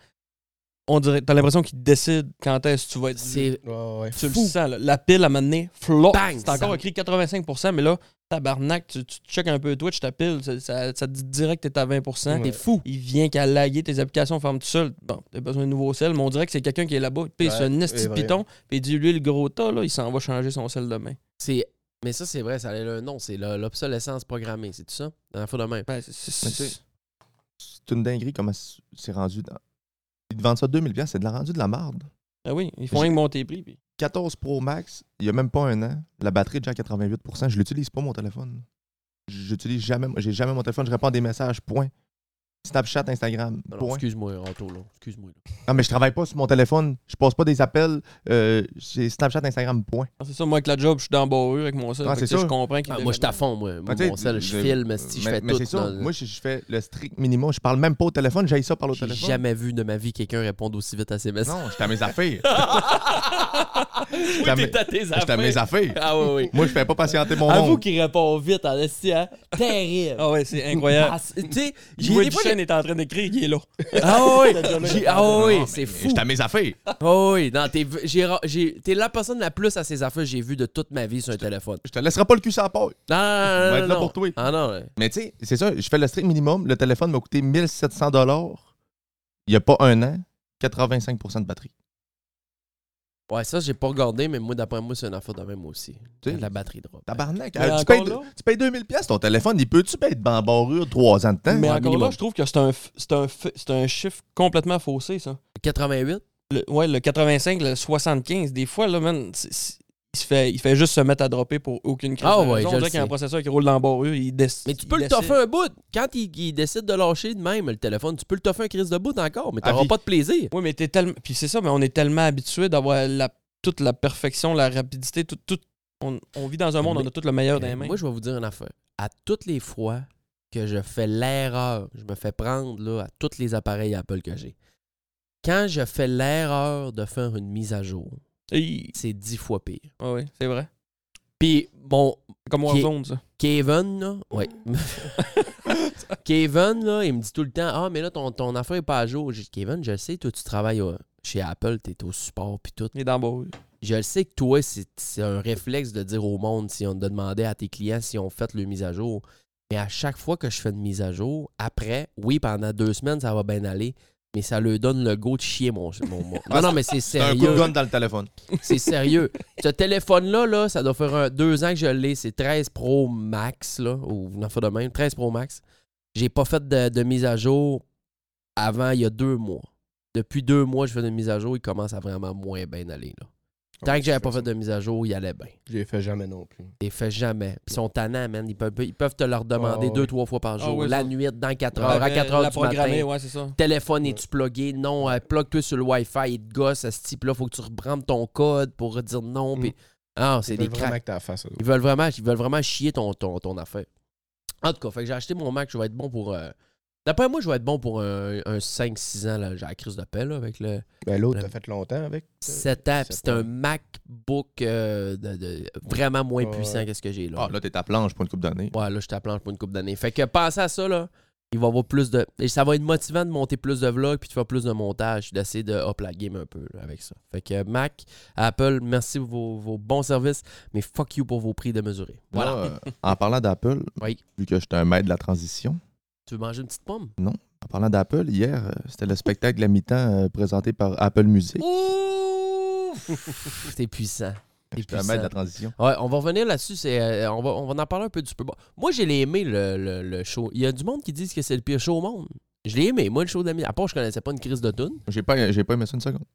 on dirait, t'as l'impression qu'il décide quand est-ce que tu vas être. C'est Ouais, ouais. Tu le fou. sens, là. La pile, à un moment donné, flop. Bang, C'est encore ça- écrit quatre-vingt-cinq pour cent, mais là, tabarnak, tu, tu checkes un peu Twitch, ta pile, ça, ça, ça te dit direct que t'es à vingt pour cent. T'es fou. Il vient qu'à laguer, tes applications ferment tout seul. Bon, t'as besoin de nouveau sel, mais on dirait que c'est quelqu'un qui est là-bas, puis Ouais, c'est un esti c'est de vrai. piton, puis il dit lui, le gros tas, là, il s'en va changer son sel demain. C'est... Mais ça, c'est vrai, ça a le nom, c'est le- l'obsolescence programmée, c'est tout ça? Dans la fois de même. Ben, c'est, c'est- Mais tu sais, c'est- C'est une dinguerie comment c- c'est rendu. Dans... Ils te vendent ça deux mille dollars, c'est de la rendu de la marde. Ben oui, ils font J'ai- rien que monter les prix. Puis... quatorze Pro Max, il n'y a même pas un an, la batterie est déjà à quatre-vingt-huit pour cent. Je l'utilise pas, mon téléphone. J'utilise jamais, j'ai jamais mon téléphone, je réponds à des messages, point. Snapchat, Instagram, Non, non, point. excuse-moi, Ranto, là. Excuse-moi. là. Non, mais je travaille pas sur mon téléphone, je passe pas des appels, euh, j'ai Snapchat, Instagram, point. Ah, c'est ça, moi, avec la job, je suis dans le Barreux avec mon sel. Ah, Fait que, c'est tu sais, ça. je comprends qu'il Ah, fait moi, je jamais. t'affond, moi. Moi, Ah, tu sais, mon sel, je je- filme, si je mais, fais mais tout. c'est ça, dans le- moi je, je fais le strict minimum, je parle même pas au téléphone, j'ai ça par le J'ai téléphone. jamais vu de ma vie quelqu'un répondre aussi vite à ses messages. Non, j'étais à mes affaires. Oui, J'étais à mes- t'es à tes J'étais à mes affaires. affaires. Ah oui, oui. Moi, je fais pas patienter mon Avoue monde. qu'il répond vite en esti, hein? Terrible. Ah ouais, c'est incroyable. Ah, c'est- tu sais, j'ai Jouer des du fois... chaîne est en train d'écrire, il est là. Ah oui, déjà j'ai- là. ah oui, Non, c'est mais fou. J'étais à mes affaires. Ah oui, non, t'es, j'ai, j'ai, t'es la personne la plus à ses affaires que j'ai vue de toute ma vie sur un téléphone. Je te laisserai pas le cul sur la paille. Non, non, non, Je vais non, être là non. pour toi. Ah non, ouais. Mais tu sais, c'est ça, je fais le strict minimum. Le téléphone m'a coûté mille sept cents dollars il y a pas un an, quatre-vingt-cinq pour cent de batterie. Ouais, ça, j'ai pas regardé, mais moi, d'après moi, c'est une affaire de même aussi. Tu sais, La batterie drop. Tabarnak, Mais euh, tu, encore payes, là- tu payes deux mille piastres ton téléphone, il peut-tu être en barrure trois ans de temps? Mais Ouais, encore minimum. là, je trouve que c'est un, f- c'est un, f- c'est un chiffre complètement faussé, ça. quatre-vingt-huit? Le, ouais, le quatre-vingt-cinq, le soixante-quinze, des fois, là, man, c'est- c'est- il, se fait, il fait juste se mettre à dropper pour aucune crise Ah de ouais, raison. je On le dirait qu'il y a un sais. processeur qui roule dans la barrure, il décide. Mais tu peux le toffer un bout. Quand il, il décide de lâcher de même le téléphone, tu peux le toffer un crise de bout encore, mais À t'auras vie. pas de plaisir. Oui, mais t'es tellement. Puis c'est ça, mais on est tellement habitué d'avoir la... toute la perfection, la rapidité, tout. tout... On... on vit dans un monde où on a tout le meilleur dans les mains. Moi, je vais vous dire une affaire. À toutes les fois que je fais l'erreur, je me fais prendre là, à tous les appareils Apple que j'ai. Quand je fais l'erreur de faire une mise à jour, Hey. c'est dix fois pire. Ah oui, c'est vrai. Puis, bon, C'est comme Qui est- Warzone, ça. Kevin, là, ouais. Kevin, là, il me dit tout le temps, ah, mais là, ton, ton affaire n'est pas à jour. J'ai dit, Kevin, je le sais, toi, tu travailles euh, chez Apple, tu es au support, puis tout. Il est dans la barrure. Je le sais que toi, c'est c'est un réflexe de dire au monde, si on de demander à tes clients si on fait le mise à jour. Mais à chaque fois que je fais une mise à jour, après, oui, pendant deux semaines, ça va bien aller, mais ça leur donne le go de chier mon. mon, mon- Non, non, mais c'est C'est un coup de sérieux. gun dans le téléphone. C'est sérieux. Ce téléphone-là, là, ça doit faire un- deux ans que je l'ai. C'est treize Pro Max, là, ou une affaire de même. treize Pro Max. J'ai pas fait de, de mise à jour avant il y a deux mois. Depuis deux mois, je fais une mise à jour. Il commence à vraiment moins bien aller, là. Tant que j'avais pas fait de mise à jour, il allait bien. Je l'ai fait jamais non plus. Et fait jamais. Puis ils sont tannants, man. Ils peuvent, ils peuvent te leur demander Ah deux, ouais. trois fois par Ah jour. ouais, la ça. nuit, dans quatre Ouais, heures, à ben, quatre heures la du programmer, matin. ouais, c'est ça. Téléphone, Ouais. es-tu plugué? Non, euh, plug-toi sur le Wi-Fi, il te gosse à ce type-là. Faut que tu rebrandes ton code pour dire non. Mm. Puis... Ah, c'est Ils des veulent vraiment cracks. que t'as face, ça. Ils veulent vraiment, ils veulent vraiment chier ton, ton, ton affaire. En tout cas, fait que j'ai acheté mon Mac, je vais être bon pour. euh, D'après moi, je vais être bon pour un, un cinq six ans. Là. J'ai la crise de paix là, avec le Ben l'autre, Le- t'as fait longtemps avec. sept ans. Puis sept c'est ans. un MacBook euh, de, de- vraiment moins Ouais. puissant que ce que j'ai là. Ah, là, t'es à planche pour une coupe d'années. Ouais, là, je t'appelante pour une couple d'années. Fait que pensez à ça, là. Il va y avoir plus de. Et ça va être motivant de monter plus de vlogs puis de faire plus de montage, d'essayer de up la game un peu là, avec ça. Fait que Mac, Apple, merci pour vos, vos bons services, mais fuck you pour vos prix démesurés. Voilà. Là, euh, en parlant d'Apple, Oui. vu que j'étais un maître de la transition, Tu veux manger une petite pomme? en parlant d'Apple, hier, euh, c'était le spectacle de la mi-temps euh, présenté par Apple Music. Ouf! T'es puissant. T'es J'étais un puissant. maître de la transition. Ouais, on va revenir là-dessus. C'est, euh, on, va, on va en parler un peu du Super Bowl. Moi, j'ai aimé le, le, le show. Il y a du monde qui dit que c'est le pire show au monde. Je l'ai aimé, moi, le show d'amis. À part, je connaissais pas une crise de tune. J'ai pas, j'ai pas aimé ça une seconde.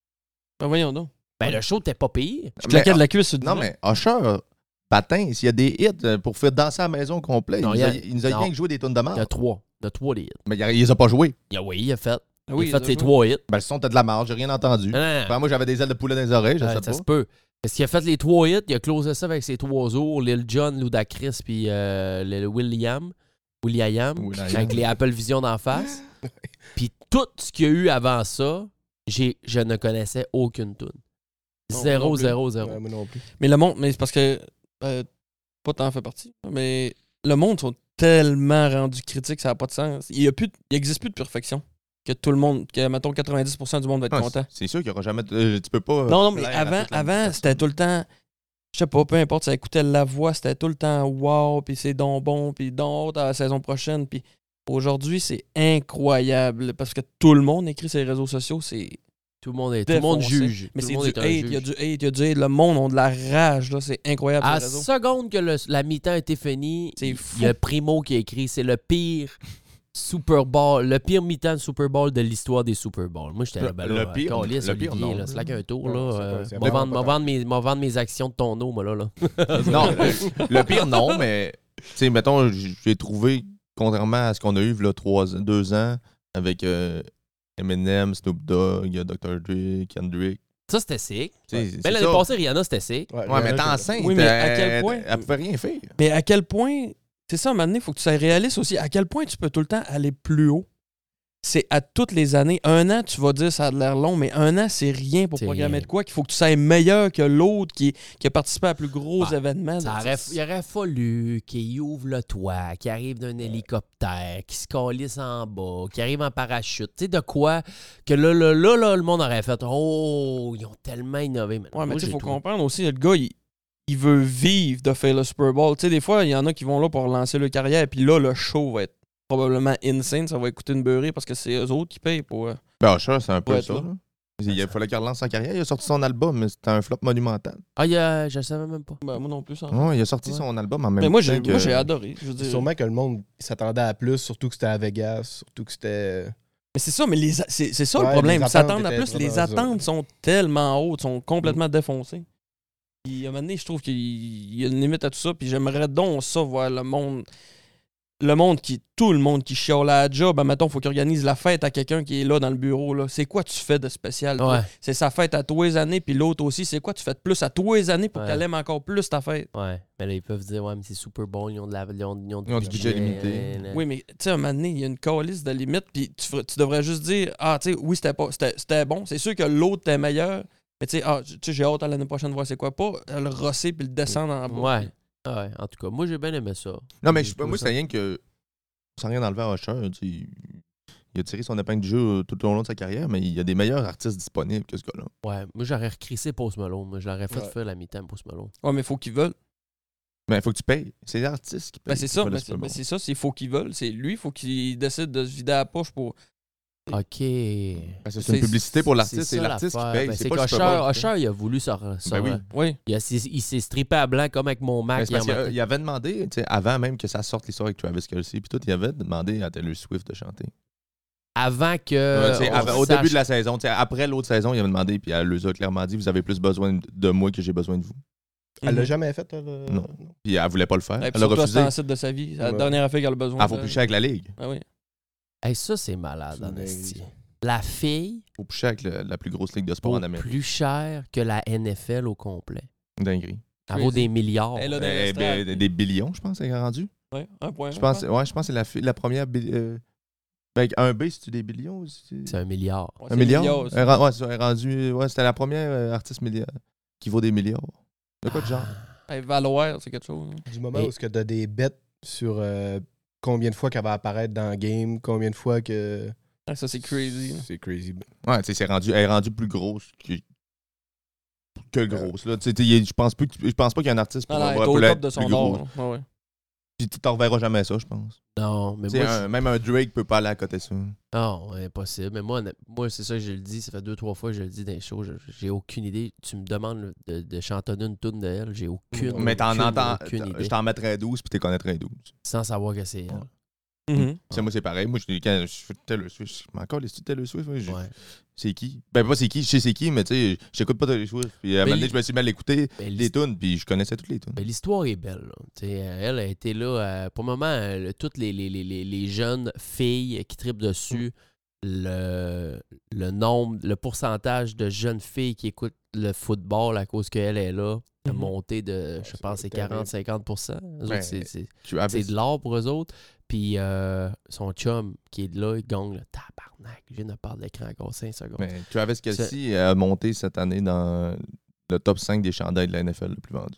Ben voyons donc. Ben, le show, t'es pas pire. Je claquais Mais, de la cuisse sur le Non, divan. mais Usher, patin, s'il y a des hits euh, pour faire danser à la maison complète, Non, il, il y a- nous a, il nous a non. rien que joué des tunes de Il y a marde. trois. Il y a trois des hits. Mais il, a- il les a pas joués. Il y a, oui, il a fait. Ah oui, il a fait ça, ses ça. trois hits. Ben, le son, t'as de la marge, j'ai rien entendu. Non, non, non. Ben, moi, j'avais des ailes de poulet dans les oreilles, je Ouais, sais ça pas. se peut. Parce qu'il a fait les trois hits, il a closé ça avec ses trois ours, Lil Jon, Ludacris, puis euh, le William. William, Will.i.am. avec les Apple Vision d'en face. Puis tout ce qu'il y a eu avant ça, j'ai, je ne connaissais aucune tune. Non, Zéro, non plus. zéro, zéro. Ouais, moi non plus. Mais le monde, mais c'est parce que. euh, pas tant fait partie. Mais le monde sont tellement rendus critiques, ça n'a pas de sens. Il n'existe plus de perfection. Que tout le monde, que mettons quatre-vingt-dix pour cent du monde va être Ah, content. c'est c'est sûr qu'il n'y aura jamais. de- euh, tu peux pas. Non, non, mais plaire à avant, toute la avant personne. c'était tout le temps. Je sais pas, peu importe, ça écoutait la voix, c'était tout le temps wow, puis c'est donc bon, puis donc haute à la saison prochaine. Puis aujourd'hui, c'est incroyable parce que tout le monde écrit sur les réseaux sociaux, c'est. Tout le monde, est, tout le monde défoncé. juge. Mais Tout c'est le monde du est un hate, il y a juge. du hate, il y a du hate. Le monde ont de la rage, là, c'est incroyable À sur les réseaux. seconde que le- la mi-temps était finie, C'est il fou. y a Primo qui a écrit c'est le pire Super Bowl, le pire mi-temps de Super Bowl de l'histoire des Super Bowls. Moi, j'étais Le- là, ben le là, pire- câlisse, le pire, Olivier, non. là, slack un tour, Non, là. c'est pas- euh, c'est m'a vraiment vendre, pas m'a vendre mes, m'a vendre mes actions de ton eau, moi, là. là. Non, le pire, non, mais. Tu sais, mettons, j- j'ai trouvé, contrairement à ce qu'on a eu, là, trois, deux ans, avec euh, Eminem, Snoop Dogg, docteur Dre, Kendrick. Ça, c'était sick. Tu sais, Mais c'est Ben, l'année ça. passée, Rihanna, c'était sick. Ouais, mais t'es enceinte. Oui, mais à euh, quel point- Elle pouvait rien faire. Mais à quel point, c'est ça, à un moment donné, il faut que tu sois réaliste aussi. À quel point tu peux tout le temps aller plus haut. C'est à toutes les années. Un an, tu vas dire ça a l'air long, mais un an, c'est rien pour C'est programmer rien. de quoi. Qu'il faut que tu sois meilleur que l'autre qui, qui a participé à plus gros Bah, événements. Ça là. aurait- C'est- il aurait fallu qu'il ouvre le toit, qu'il arrive d'un hélicoptère, qu'il se calisse en bas, qu'il arrive en parachute. Tu sais, de quoi que là, là, là, là, le monde aurait fait « Oh, ils ont tellement innové. » Ouais, mais tu sais, il faut comprendre aussi, le gars, il, il veut vivre de faire le Super Bowl. Tu sais, des fois, il y en a qui vont là pour lancer leur carrière, puis là, le show va être probablement insane. Ça va coûter une beurrée parce que c'est eux autres qui payent pour. euh, Ben, Usher, c'est un peu Ouais, ça. là. là. Il a fallu qu'il relance sa carrière. Il a sorti son album, mais c'était un flop monumental. Ah, il y a... je le savais même pas. Ben, moi non plus, ça. Ouais, il a sorti Ouais. son album en même Mais moi, temps j'ai, que... moi, j'ai adoré. Je veux dire. Sûrement que le monde s'attendait à plus, surtout que c'était à Vegas, surtout que c'était. Mais c'est ça, mais les a- c'est, c'est ça Ouais, le problème. les Ils s'attendent à attentes plus. étaient Les vraiment attentes sont tellement hautes, sont complètement défoncées. Puis à un moment donné, je trouve qu'il il y a une limite à tout ça. Puis j'aimerais donc ça voir le monde. Le monde qui. Tout le monde qui chiale à la job. Ben, mettons, il faut qu'il organise la fête à quelqu'un qui est là dans le bureau. Là. C'est quoi tu fais de spécial? toi? Ouais. C'est sa fête à tous les années, puis l'autre aussi. C'est quoi tu fais de plus à tous les années pour Ouais. qu'elle aime encore plus ta fête? Ouais. Mais là, ils peuvent dire, ouais, mais c'est Super Bowl, ils ont de la. Ils ont, ils ont, Ils ont du budget limité. euh, Oui, mais tu sais, à un moment donné, il y a une calice de limites, puis tu, ferais- tu devrais juste dire, ah, tu sais, oui, c'était pas, c'était, c'était bon. C'est sûr que l'autre était meilleur, mais tu sais, ah, tu sais, j'ai hâte à l'année prochaine de voir c'est quoi. Pas le rosser puis le descendre en bas. Ouais. Ah ouais, en tout cas, moi, j'ai bien aimé ça. Non, mais J'ai je, trouvé moi, ça- c'est rien que... Sans rien enlever à Usher, tu sais, il a tiré son épingle du jeu tout au long de sa carrière, mais il y a des meilleurs artistes disponibles que ce gars-là. Ouais, moi, j'aurais recrissé Post Malone. Moi, je l'aurais fait Ouais. faire la mi-temps, Post Malone. Ouais, mais il faut qu'ils veulent. Mais il faut que tu payes. C'est les artistes qui payent. Ben, c'est ça, pas le ben, c'est, Super ben, Bowl. c'est ça, c'est il faut qu'ils veulent. C'est lui, il faut qu'il décide de se vider la poche pour. OK. Parce que c'est c'est- une publicité pour l'artiste, C'est c'est ça, l'artiste qui l'affaire. paye. Ben, c'est c'est pas le Super Bowl. qu'Usher, Usher, il a voulu ça. ça Ben oui. Oui. Il, a- il s'est strippé à blanc comme avec mon Ben, Mac c'est parce hier qu'il a- matin. il avait demandé, tu sais, avant même que ça sorte l'histoire avec Travis Kelce, puis tout, il avait demandé à Taylor Swift de chanter. Avant que. Ouais, tu sais, on avant- au sache- début de la saison, tu sais, après l'autre saison, il avait demandé, puis elle leur a clairement dit, vous avez plus besoin de moi que j'ai besoin de vous. Elle Mhm. l'a jamais fait, elle? euh, Non. Puis elle voulait pas le faire. Et puis Elle a surtout, refusé. c'est en site de sa vie. C'est la Ouais. dernière affaire qu'elle a besoin. Elle de faut faire. plus cher avec la ligue. Ah oui. Hey, ça, c'est malade, C'est en une esti. dinguerie. La fille Faut plus cher avec le- la plus grosse ligue de sport vaut en Amérique. plus cher que la N F L au complet. Dinguerie. Elle vaut Crazy. des milliards. Elle a des Eh, restrades. ben, des billions, je pense, elle est rendue. Ouais, un point. Je un pense, point. ouais, je pense que c'est la, fi- la première. bi- euh, ben, avec un B, c'est-tu des billions? ou c'est- C'est un milliard. Ouais, Un c'est milliard? milliard, Elle ça. est ren- ouais, c'est ça, elle est rendue. Ouais, c'était la première euh, artiste milliard qui vaut des milliards. De quoi de genre? Hey, valoir, c'est quelque chose. hein. Du moment Et- où tu as des bêtes sur euh, combien de fois qu'elle va apparaître dans le game, combien de fois que. Ah, ça, c'est crazy. là. C'est crazy. Ouais, tu sais, c'est rendu, elle est rendue plus grosse que, que grosse. Là. Tu sais, tu sais, il y a- Je pense, plus que- je pense pas qu'il y a un artiste pour Non, non, elle est avoir- au pour top l'être de son plus gros. art. là. Ouais, ouais. Puis tu t'en reverras jamais ça, je pense. Non, mais Tu sais, moi, un- Même un Drake peut pas aller à côté de ça. je- non, impossible. Mais moi, honnêt- moi c'est ça que je le dis. Ça fait deux, trois fois que je le dis dans les shows. je- J'ai aucune idée. Tu me demandes de, de chantonner une tune de elle. J'ai aucune, Mais t'en aucune, entends. aucune idée. Je t'en mettrais douze, puis t'es connaîtrais douze. Sans savoir que c'est elle. Mhm. C'est moi, c'est pareil. Moi, je, quand je fais Taylor Swift, je encore les Taylor Swift. ouais, je- Ouais. C'est qui? Ben, pas c'est qui, je sais c'est qui, mais tu sais, j'écoute pas Taylor Swift. Puis à un Mais moment donné, li- je me suis mis à l'écouter, Mais les tunes, puis je connaissais toutes les tunes. Ben, l'histoire est belle. Là. Tu sais, Elle a été là, euh, pour le moment, euh, le- toutes les, les, les, les- les jeunes filles qui tripent dessus, le, le nombre, le pourcentage de jeunes filles qui écoutent le football à cause qu'elle est là, a Mhm. monté de, je c'est pense, c'est terrible. quarante à cinquante pour cent. Eux Ben, autres, c'est- c'est Tu avais- c'est de l'or pour eux autres. Puis euh, son chum qui est là, il gagne le tabarnak. Je viens de parler de l'écran encore cinq secondes. Mais Travis Kelce a monté cette année dans le top cinq des chandails de la N F L le plus vendu.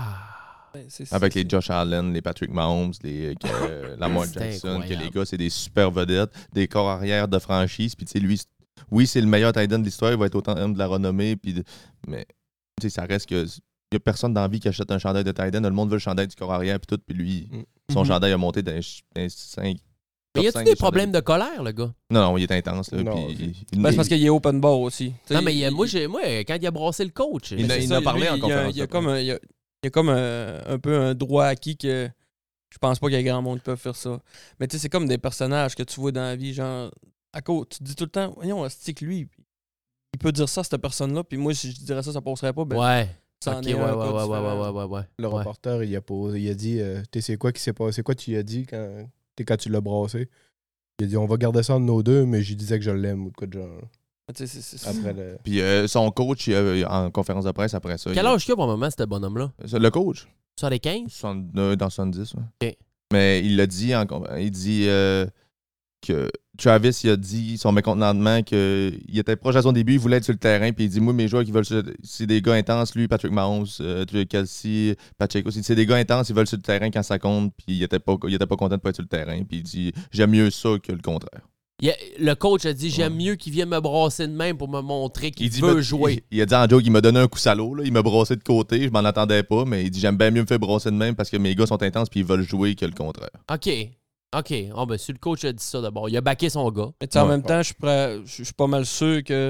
Ah, Ouais, c'est- Avec c'est- les Josh Allen, les Patrick Mahomes, les que, Lamar C'est Jackson, que incroyable. les gars, c'est des super vedettes, des corps arrière de franchise. Puis tu sais, lui, c'est- oui, c'est le meilleur tight end de l'histoire, il va être autant de la renommée. Puis de- mais tu sais, ça reste que. Il n'y a personne dans la vie qui achète un chandail de tight end. Le monde veut le chandail du corps arrière, puis tout. Puis lui, Mm. son Mhm. chandail a monté dans les cinq. mais y a-tu des problèmes de colère, le gars? Non, non, il est intense. Là, Non, puis c'est- il- il- Ben, c'est parce qu'il est open bar aussi. Tu sais, Non, mais il y a- il- moi, j'ai, moi, quand il a brassé le coach, Il Ben, a- c'est il ça, en a parlé lui, en il y a- conférence Il y a de comme, un, il y a, il y a comme un, un peu un droit acquis que je pense pas qu'il y ait grand monde qui peut faire ça. Mais tu sais, c'est comme des personnages que tu vois dans la vie, genre, à cause, tu te dis tout le temps, voyons, c'est que lui, il peut dire ça à cette personne-là, puis moi, si je dirais ça, ça passerait pas, ben, ouais. ça en Ok, est ouais, un ouais, cas ouais, ouais, différent. ouais, ouais, ouais, ouais. Le Ouais. reporter, il a, posé, il a dit euh, T'sais, c'est quoi qui s'est passé? C'est quoi tu lui as dit quand, t'sais, quand tu l'as brassé? Il a dit on va garder ça entre nos deux, mais j'ai disais que je l'aime ou de quoi de genre. Tu sais, c'est- c'est- Après le. Puis euh, son coach, il a- en conférence de presse après ça. Quel il a- âge qu'il a pour le moment, ce bonhomme-là? Le coach? soixante-quinze? soixante-neuf dans soixante-dix, ouais. Ok. Mais il l'a dit, en, il dit euh, que Travis, il a dit son mécontentement qu'il était proche à son début, il voulait être sur le terrain, puis il dit, moi, mes joueurs qui veulent, sur- c'est des gars intenses, lui, Patrick Mahomes, euh, Kelce, Pacheco, c'est des gars intenses, ils veulent sur le terrain quand ça compte, puis il était pas, il était pas content de pas être sur le terrain, puis il dit, j'aime mieux ça que le contraire. Il a- le coach a dit j'aime Ouais. mieux qu'il vienne me brasser de même pour me montrer qu'il Il dit, veut me- jouer. Il, il a dit en joke, il m'a donné un coup salaud, là, il m'a brassé de côté, je m'en attendais pas, mais il dit, j'aime bien mieux me faire brasser de même parce que mes gars sont intenses, puis ils veulent jouer que le contraire. OK. OK. Oh, ben, si le coach a dit ça d'abord, il a backé son gars. Mais tu sais, en Ouais. même temps, je suis prêt- je suis pas mal sûr que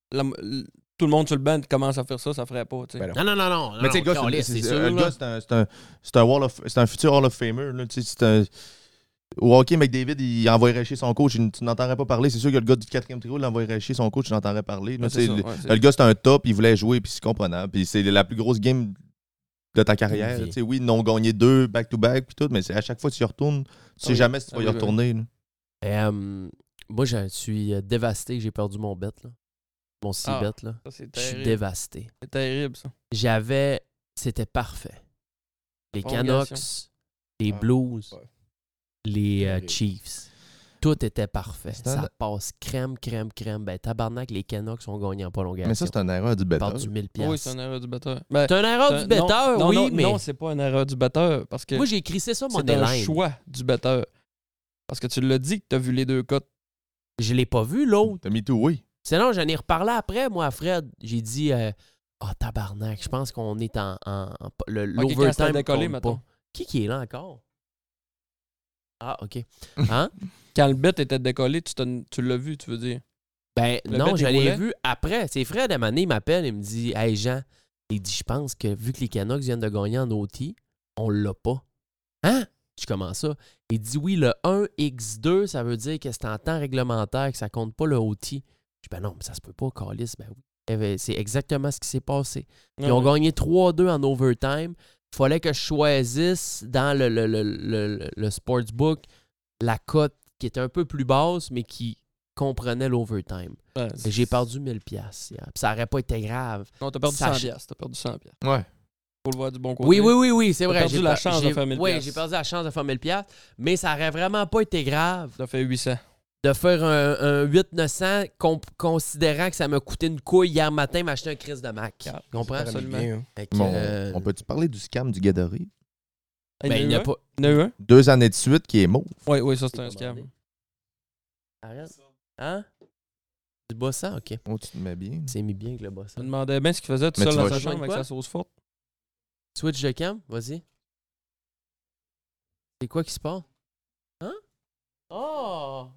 la- l- tout le monde sur le banc commence à faire ça, ça ferait pas. Tu sais. Ben non. Non, non, non, non. Mais tu sais, le gars, non, c'est- c'est c'est- sûr. le là. gars, c'est un, c'est un, c'est un, Hall of- c'est un futur Hall of Famer. Là, tu sais, c'est un, au hockey, McDavid, il envoierait chier son coach. il- Tu n'entendrais pas parler. C'est sûr que le gars du quatrième trio l'envoierait chier son coach, tu n'entendrais parler. Là, Ouais, tu sais, c'est ça, le, ouais, c'est- le gars, c'est un top, il voulait jouer, puis c'est comprenable. Puis c'est la plus grosse game de ta carrière. Vie. Tu sais, oui, ils ont gagné deux back-to-back, puis tout, mais c'est à chaque fois que tu y retournes, tu sais Oui. jamais si tu vas Ah y oui, oui. retourner. là. Euh, moi, je suis euh, dévasté. J'ai perdu mon bet, là. Mon six Ah, bet, là. Ça, c'est Je suis terrible. dévasté. C'est terrible, ça. J'avais... C'était parfait. Les Prolongation. Canucks, les Ah, Blues, ouais. les euh, Terrible. Chiefs. Tout était parfait. C'est un- Ça passe crème, crème, crème. Ben, tabarnak, les Canucks ont gagné en prolongation. Mais ça, c'est une erreur du Ils bêta. partent du mille piastres. Oui, c'est une erreur du batteur. Ben, C'est une erreur c'est du un- betteur, non, oui, non, mais... Non, c'est pas une erreur du batteur. Parce que Moi, j'ai crissé ça, mon c'est un line. choix du batteur. Parce que tu l'as dit que t'as vu les deux cotes. Je l'ai pas vu, l'autre. T'as mis tout, oui. Sinon, j'en ai reparlé après, moi, à Fred. J'ai dit, euh, oh, tabarnak, je pense qu'on est en. en, en- le, Ok, quand c'était L'overtime. décollé, compte mettons. pas. Qui qui est là encore? Ah, OK. Hein? Quand le bet était décollé, tu, t'en- tu l'as vu, tu veux dire. Ben, Le non, bet, je il l'ai roulait? vu après. C'est Fred, à un moment donné, il m'appelle, il me dit, hey, Jean, il dit, je pense que vu que les Canucks viennent de gagner en O T, on l'a pas. Hein? Je commence ça. Il dit, oui, le un par deux, ça veut dire que c'est en temps réglementaire, que ça compte pas le O T. Je dis, ben non, mais ça se peut pas, Calis. Ben oui. Eh ben, c'est exactement ce qui s'est passé. Ils ont Ouais. gagné trois deux en overtime. Il fallait que je choisisse dans le, le, le, le, le sportsbook la cote qui était un peu plus basse, mais qui comprenait l'overtime. Ouais, Et J'ai perdu mille piastres. hier. Puis ça n'aurait pas été grave. Non, t'as perdu Ça- cent piastres. T'as perdu cent piastres. Ouais. Faut le voir du bon côté. Oui, oui, oui, oui, c'est T'as vrai. perdu J'ai la per- chance de j'ai- faire mille Oui, piastres. j'ai perdu la chance de faire mille piastres, mais ça n'aurait vraiment pas été grave Ça fait huit cents. de faire un, un huit neuf cents con- considérant que ça m'a coûté une couille hier matin m'acheter un Chris de Mac. Ah, Tu comprends? Ça absolument. bien, hein. Fait que, Bon, euh, on peut-tu parler du scam du Gatorade? Il ben, il y n'y en a a pas. Il y en a eu un? Deux années de suite qui est mauve. Oui, oui, ça, c'est un C'est scam. commandé. Arrête. Hein? Du bossant, OK. Oh, tu te mets bien. C'est mis bien avec le Je bossant. me demandais bien ce qu'il faisait tout Mais seul tu dans vas sa changer chambre avec quoi? sa sauce forte. Switch de cam, vas-y. C'est quoi qui se passe? Hein? Oh!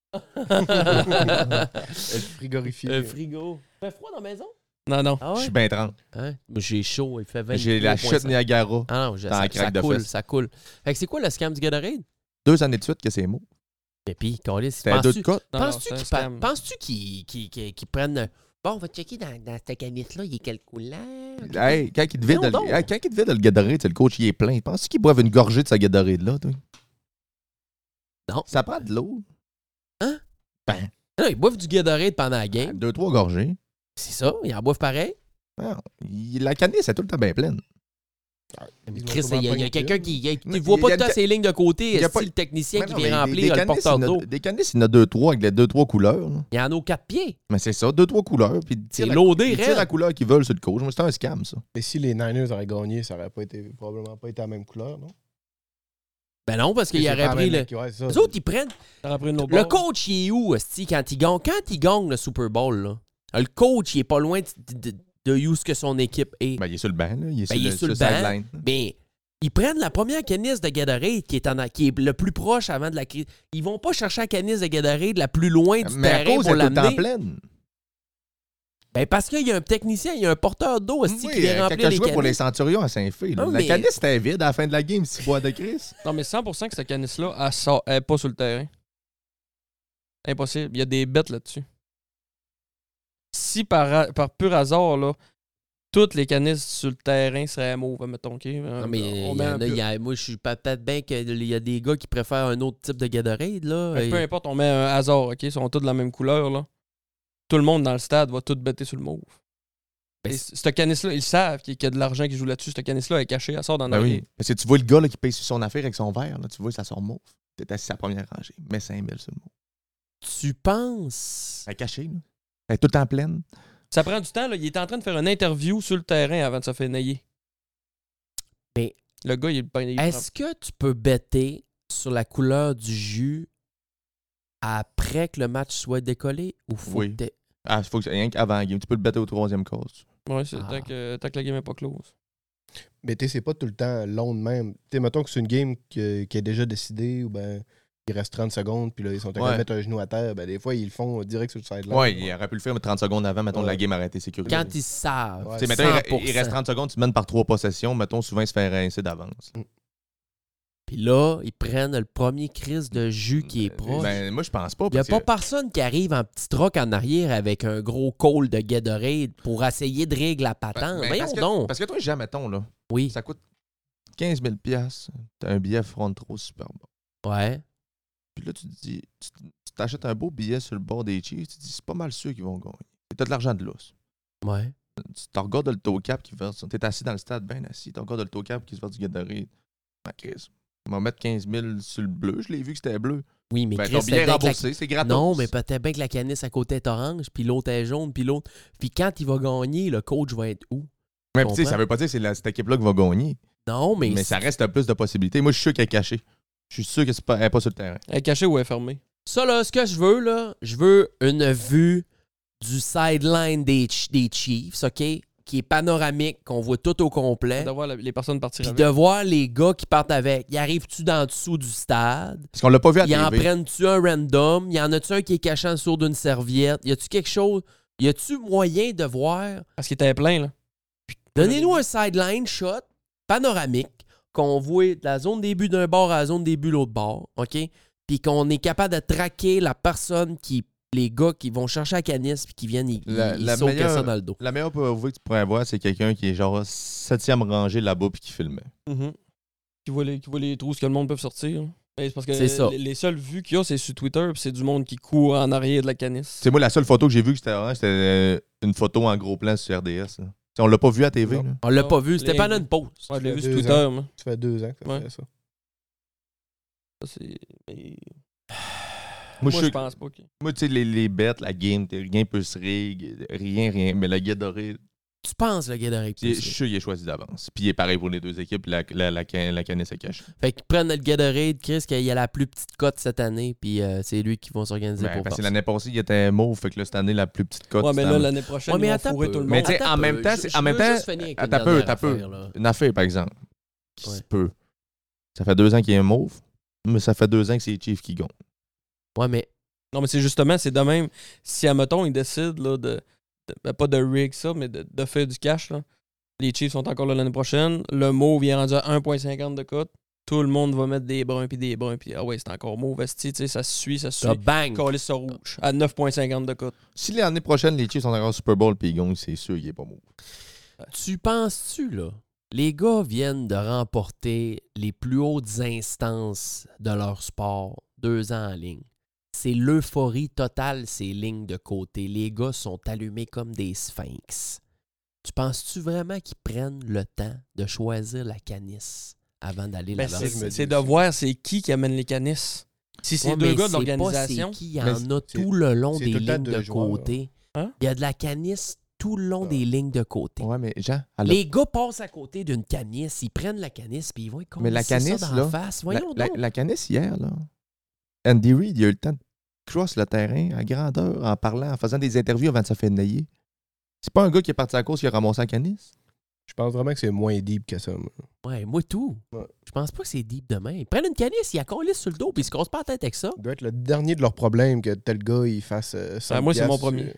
Elle frigorifie. Un frigo. Il fait froid dans la maison? Non, non. Ah Je ouais? suis bien trente. Hein? Moi, j'ai chaud, il fait vingt. J'ai la chute Niagara. Ah non, je- dans la ça, craque ça de coule, fesses. ça coule. Fait que c'est quoi le scam du Gatorade? Deux années de suite que c'est mauve. Et puis, Carlis, C'était à deux de penses-tu cote. Non, non, penses-tu c'est un qu'ils pa- scam. penses-tu qu'ils qu'ils- qu'ils- qu'ils prennent... Bon, on va checker dans, dans cette canette-là, il est quelle couleur? Hey, quand il te vide, Voyons le, donc. hey, quand il te vide le Gatorade, c'est le coach, il est plein. Penses-tu qu'il boive une gorgée de sa Gatorade-là, toi? Non. Ça prend de l'eau. Non, ils boivent du Gatorade pendant la game. Deux, trois gorgées. C'est ça, ils en boivent pareil. Non, il- la canisse est tout le temps bien pleine. Mais Ils ont Chris, sûrement il y a, pas il y a une quelqu'un pile. qui... il y a- tu Mais vois il pas y a de temps une- ces lignes de côté, il y a est-ce pas- le technicien Mais qui non, vient mais remplir des le canisses, porteur il y en d'eau. a- Des canisses, il y en a deux, trois avec les deux, trois couleurs. là. Il y en a aux quatre pieds. Mais c'est ça, deux, trois couleurs. Puis ils C'est tirent la- loadé, ils tirent raide. la couleur qu'ils veulent sur le coach. Moi, c'est un scam, ça. Mais si les Niners auraient gagné, ça aurait pas été, probablement pas été la même couleur, non? Ben non, parce qu'il C'est aurait pas la pris même- le... ouais, c'est ça. Les autres, ils prennent... T'aurais pris une autre Le barre. coach, il est où, esti, quand il gagne? Quand il gagne le Super Bowl, là, le coach, il est pas loin de, de, de où ce que son équipe est. Ben, il est sur le banc, là. Il est Ben, sur il est le, sur le sur le banc. sideline. Mais ils prennent la première canisse de Gatorade qui est, en, qui est le plus proche avant de la crise. Ils vont pas chercher la canisse de Gatorade la plus loin du Mais à terrain cause, pour elle est tout le temps l'amener. pleine. Ben parce qu'il y a un technicien, il y a un porteur d'eau esti, qui Oui, vient euh, remplir quand les je jouais pour les canisses. Centurions à Saint-Fé, là, Non, la mais- canisse était vide à la fin de la game, si bois de Chris. Non, mais cent pour cent que cette canisse-là, elle sort, elle est pas sur le terrain. Impossible. Il y a des bêtes là-dessus. Si par, ha- par pur hasard, là, toutes les canisses sur le terrain seraient mauves, mettons, OK? Non, mais il On y met en un a, peu- il y a- moi, je suis peut-être bien qu'il y a des gars qui préfèrent un autre type de Gatorade, là. Ben, peu Et- importe, on met un hasard, OK? Ils sont tous de la même couleur, là. Tout le monde dans le stade va tout bêter sur le mauve. Ben, Et c- cette canisse-là, ils savent qu'il y a de l'argent qui joue là-dessus. Cette canisse-là est cachée, elle sort dans Ben le oui. Parce que tu vois le gars là, qui paye sur son affaire avec son verre, là, tu vois, ça sort mauve. T'es assis à la première rangée. Mets cinq mille sur le mauve. Tu penses... Elle est cachée, là. Elle est tout le temps pleine. Ça prend du temps, là. Il est en train de faire une interview sur le terrain avant de se faire nailler. Mais Le gars, il est pas il est-ce que tu peux bêter sur la couleur du jus après que le match soit décollé ou faut Oui. que t'aies- Ah, il faut que c'est rien qu'avant la game. Tu peux le bêter au troisième quart. tu- Ouais, c'est Ah. tant, que, tant que la game n'est pas close. Mais tu sais, c'est pas tout le temps long de même. Tu sais, mettons que c'est une game que- qui est déjà décidée ou ben il reste trente secondes, puis là, ils sont en train Ouais. de mettre un genou à terre. Ben, des fois, ils le font direct sur le sideline. Ouais, il aurait pu le faire mais trente secondes avant, mettons, Ouais. la game arrêtée sécurité. Quand ils savent. Ouais. Tu sais, mettons, il re- cent pour cent. il reste trente secondes, tu mènes par trois possessions, mettons, souvent, il se fait rincer d'avance. Puis là, ils prennent le premier crise de jus qui est proche. Ben, moi, je pense pas. Il n'y a parce pas que- personne qui arrive en petit troc en arrière avec un gros call de Gatorade pour essayer de régler la patente. Ben, Voyons parce que, donc. Parce que toi, jamais, mettons, là, Oui. ça coûte quinze mille dollars. T'as un billet front row super bon. Ouais. Puis là, tu te dis, tu tu t'achètes un beau billet sur le bord des Chiefs, tu te dis, c'est pas mal sûr qu'ils vont gagner. Et t'as de l'argent de l'os. Ouais. Tu te regardes le toe cap qui verse. T'es assis dans le stade, bien assis. Tu regardes le toe cap qui se verse du Gatorade. Ah, Chris. On va mettre quinze mille sur le bleu. Je l'ai vu que c'était bleu. Oui, mais Ben, Chris, ton c'était billet bien que la- remboursé, c'est gratos. Non, mais peut-être bien que la canisse à côté est orange, puis l'autre est jaune, puis l'autre. Puis quand il va gagner, le coach va être où? Mais tu sais, comprends? ça veut pas dire que c'est la- cette équipe-là qui va gagner. Non, mais. Mais, ça reste plus de possibilités. Moi, je suis sûr qu'elle est cachée. Je suis sûr qu'elle n'est pas sur le terrain. Elle est cachée ou elle est fermée? Ça, là, ce que je veux, là, je veux une vue du sideline des, Ch- des Chiefs, OK? Qui est panoramique, qu'on voit tout au complet. De voir la- les personnes partir Puis avec. de voir les gars qui partent avec. Ils arrivent-tu dans dessous du stade? Parce qu'on l'a pas vu à Ils en T V. prennent-tu un random? Y en a-tu un qui est caché en dessous d'une serviette? Y a-tu quelque chose? Y a-tu moyen de voir? Parce qu'il était plein, là. Donnez-nous un sideline shot panoramique qu'on voit de la zone début d'un bord à la zone début de l'autre bord, OK? Puis qu'on est capable de traquer la personne qui... les gars qui vont chercher la canisse puis qui viennent, ils, La- ils la sautent meilleure- ça dans le dos. La meilleure preuve que tu pourrais avoir, c'est quelqu'un qui est genre septième rangée là-bas puis qui filmait. Mhm. Qui, voit les, qui voit les trous que le monde peut sortir. hein. Ben, c'est parce que C'est ça. Les, les seules vues qu'il y a, c'est sur Twitter, puis c'est du monde qui court en arrière de la canisse. C'est moi, la seule photo que j'ai vue que c'était orange, c'était euh, une photo en gros plan sur R D S. là. T'sais, on l'a pas vu à T V. Non. là. On l'a Non, pas vu, c'était les- pendant une pause. Ouais, je l'ai Ça vu fait sur deux Twitter, ans. moi. Ça fait deux ans que ça Ouais. fait ça. Ça, c'est- mais- Moi, Moi, je je suis- pense pas que. Moi, tu sais, les, les bêtes, la game, t'sais, rien peut se rig, rien, rien. Mais le Gatorade, Tu penses, le Gatorade? je suis sûr qu'il est choisi d'avance. Puis il est pareil pour les deux équipes, la, la, la, can- la canisse est cachée. Fait qu'ils prennent le Gatorade, Chris, qu'il a la plus petite cote cette année, puis euh, c'est lui qui va s'organiser Ben, pour parce que faire ça. l'année passée, il était mauve, fait que là, cette année, la plus petite cote. Ouais, mais c'était là, en- l'année prochaine, Ouais, mais ils vont attends fourrer peu. tout le Mais monde. tu sais, Attends en peu, même temps, je- c'est- je en même veux temps, juste finir avec une Attends un peu, dernière attends un peu. affaire, là. Une affaire, par exemple, qui Ouais. se peut. Ça fait deux ans qu'il est mauve, mais ça fait deux ans que c'est les Chiefs qui gagnent. Ouais, mais Non, mais c'est justement, c'est de même. Si, admettons, ils décident là, de, de- ben, pas de rig ça, mais de, de faire du cash, là. Les Chiefs sont encore là l'année prochaine. Le mauve vient rendu à un virgule cinquante de cote. Tout le monde va mettre des bruns puis des bruns. Puis ah ouais, c'est encore mauve. esti, tu sais, ça se suit, ça se ça suit. bang! Colis sur rouge à neuf virgule cinquante de cote. Si l'année prochaine, les Chiefs sont encore au Super Bowl puis ils gagnent, c'est sûr qu'il est pas mauve. Tu penses-tu, là? Les gars viennent de remporter les plus hautes instances de leur sport deux ans en ligne. C'est l'euphorie totale, ces lignes de côté. Les gars sont allumés comme des sphinx. Tu penses-tu vraiment qu'ils prennent le temps de choisir la canisse avant d'aller Ben, là-bas? c'est je me dis c'est de aussi. voir c'est qui qui amène les canisses. Si c'est Ouais, deux mais gars de c'est pas l'organisation. c'est qui, il y Mais en a c'est- tout le long c'est des tout le temps lignes deux de joueurs. côté. Hein? Il y a de la canisse tout le long Ah. des lignes de côté. Ouais, mais Jean, elle a- Les gars passent à côté d'une canisse, ils prennent la canisse puis ils vont y Mais la coller ça canisse, dans là, la face. la, Voyons la, donc. la canisse hier, là, Andy Reid, il a eu le temps de cross le terrain à grandeur en parlant, en faisant des interviews avant de se faire nailler. C'est pas un gars qui est parti à la course qui a ramassé la canisse. Je pense vraiment que c'est moins deep que ça. moi. Ouais, moi tout. Ouais. Je pense pas que c'est deep demain. Ils prennent une canisse, ils la collent sur le dos puis ils se cassent pas la tête avec ça. Ça doit être le dernier de leurs problèmes que tel gars il fasse euh, cent Ah, moi, c'est mon piastres, premier.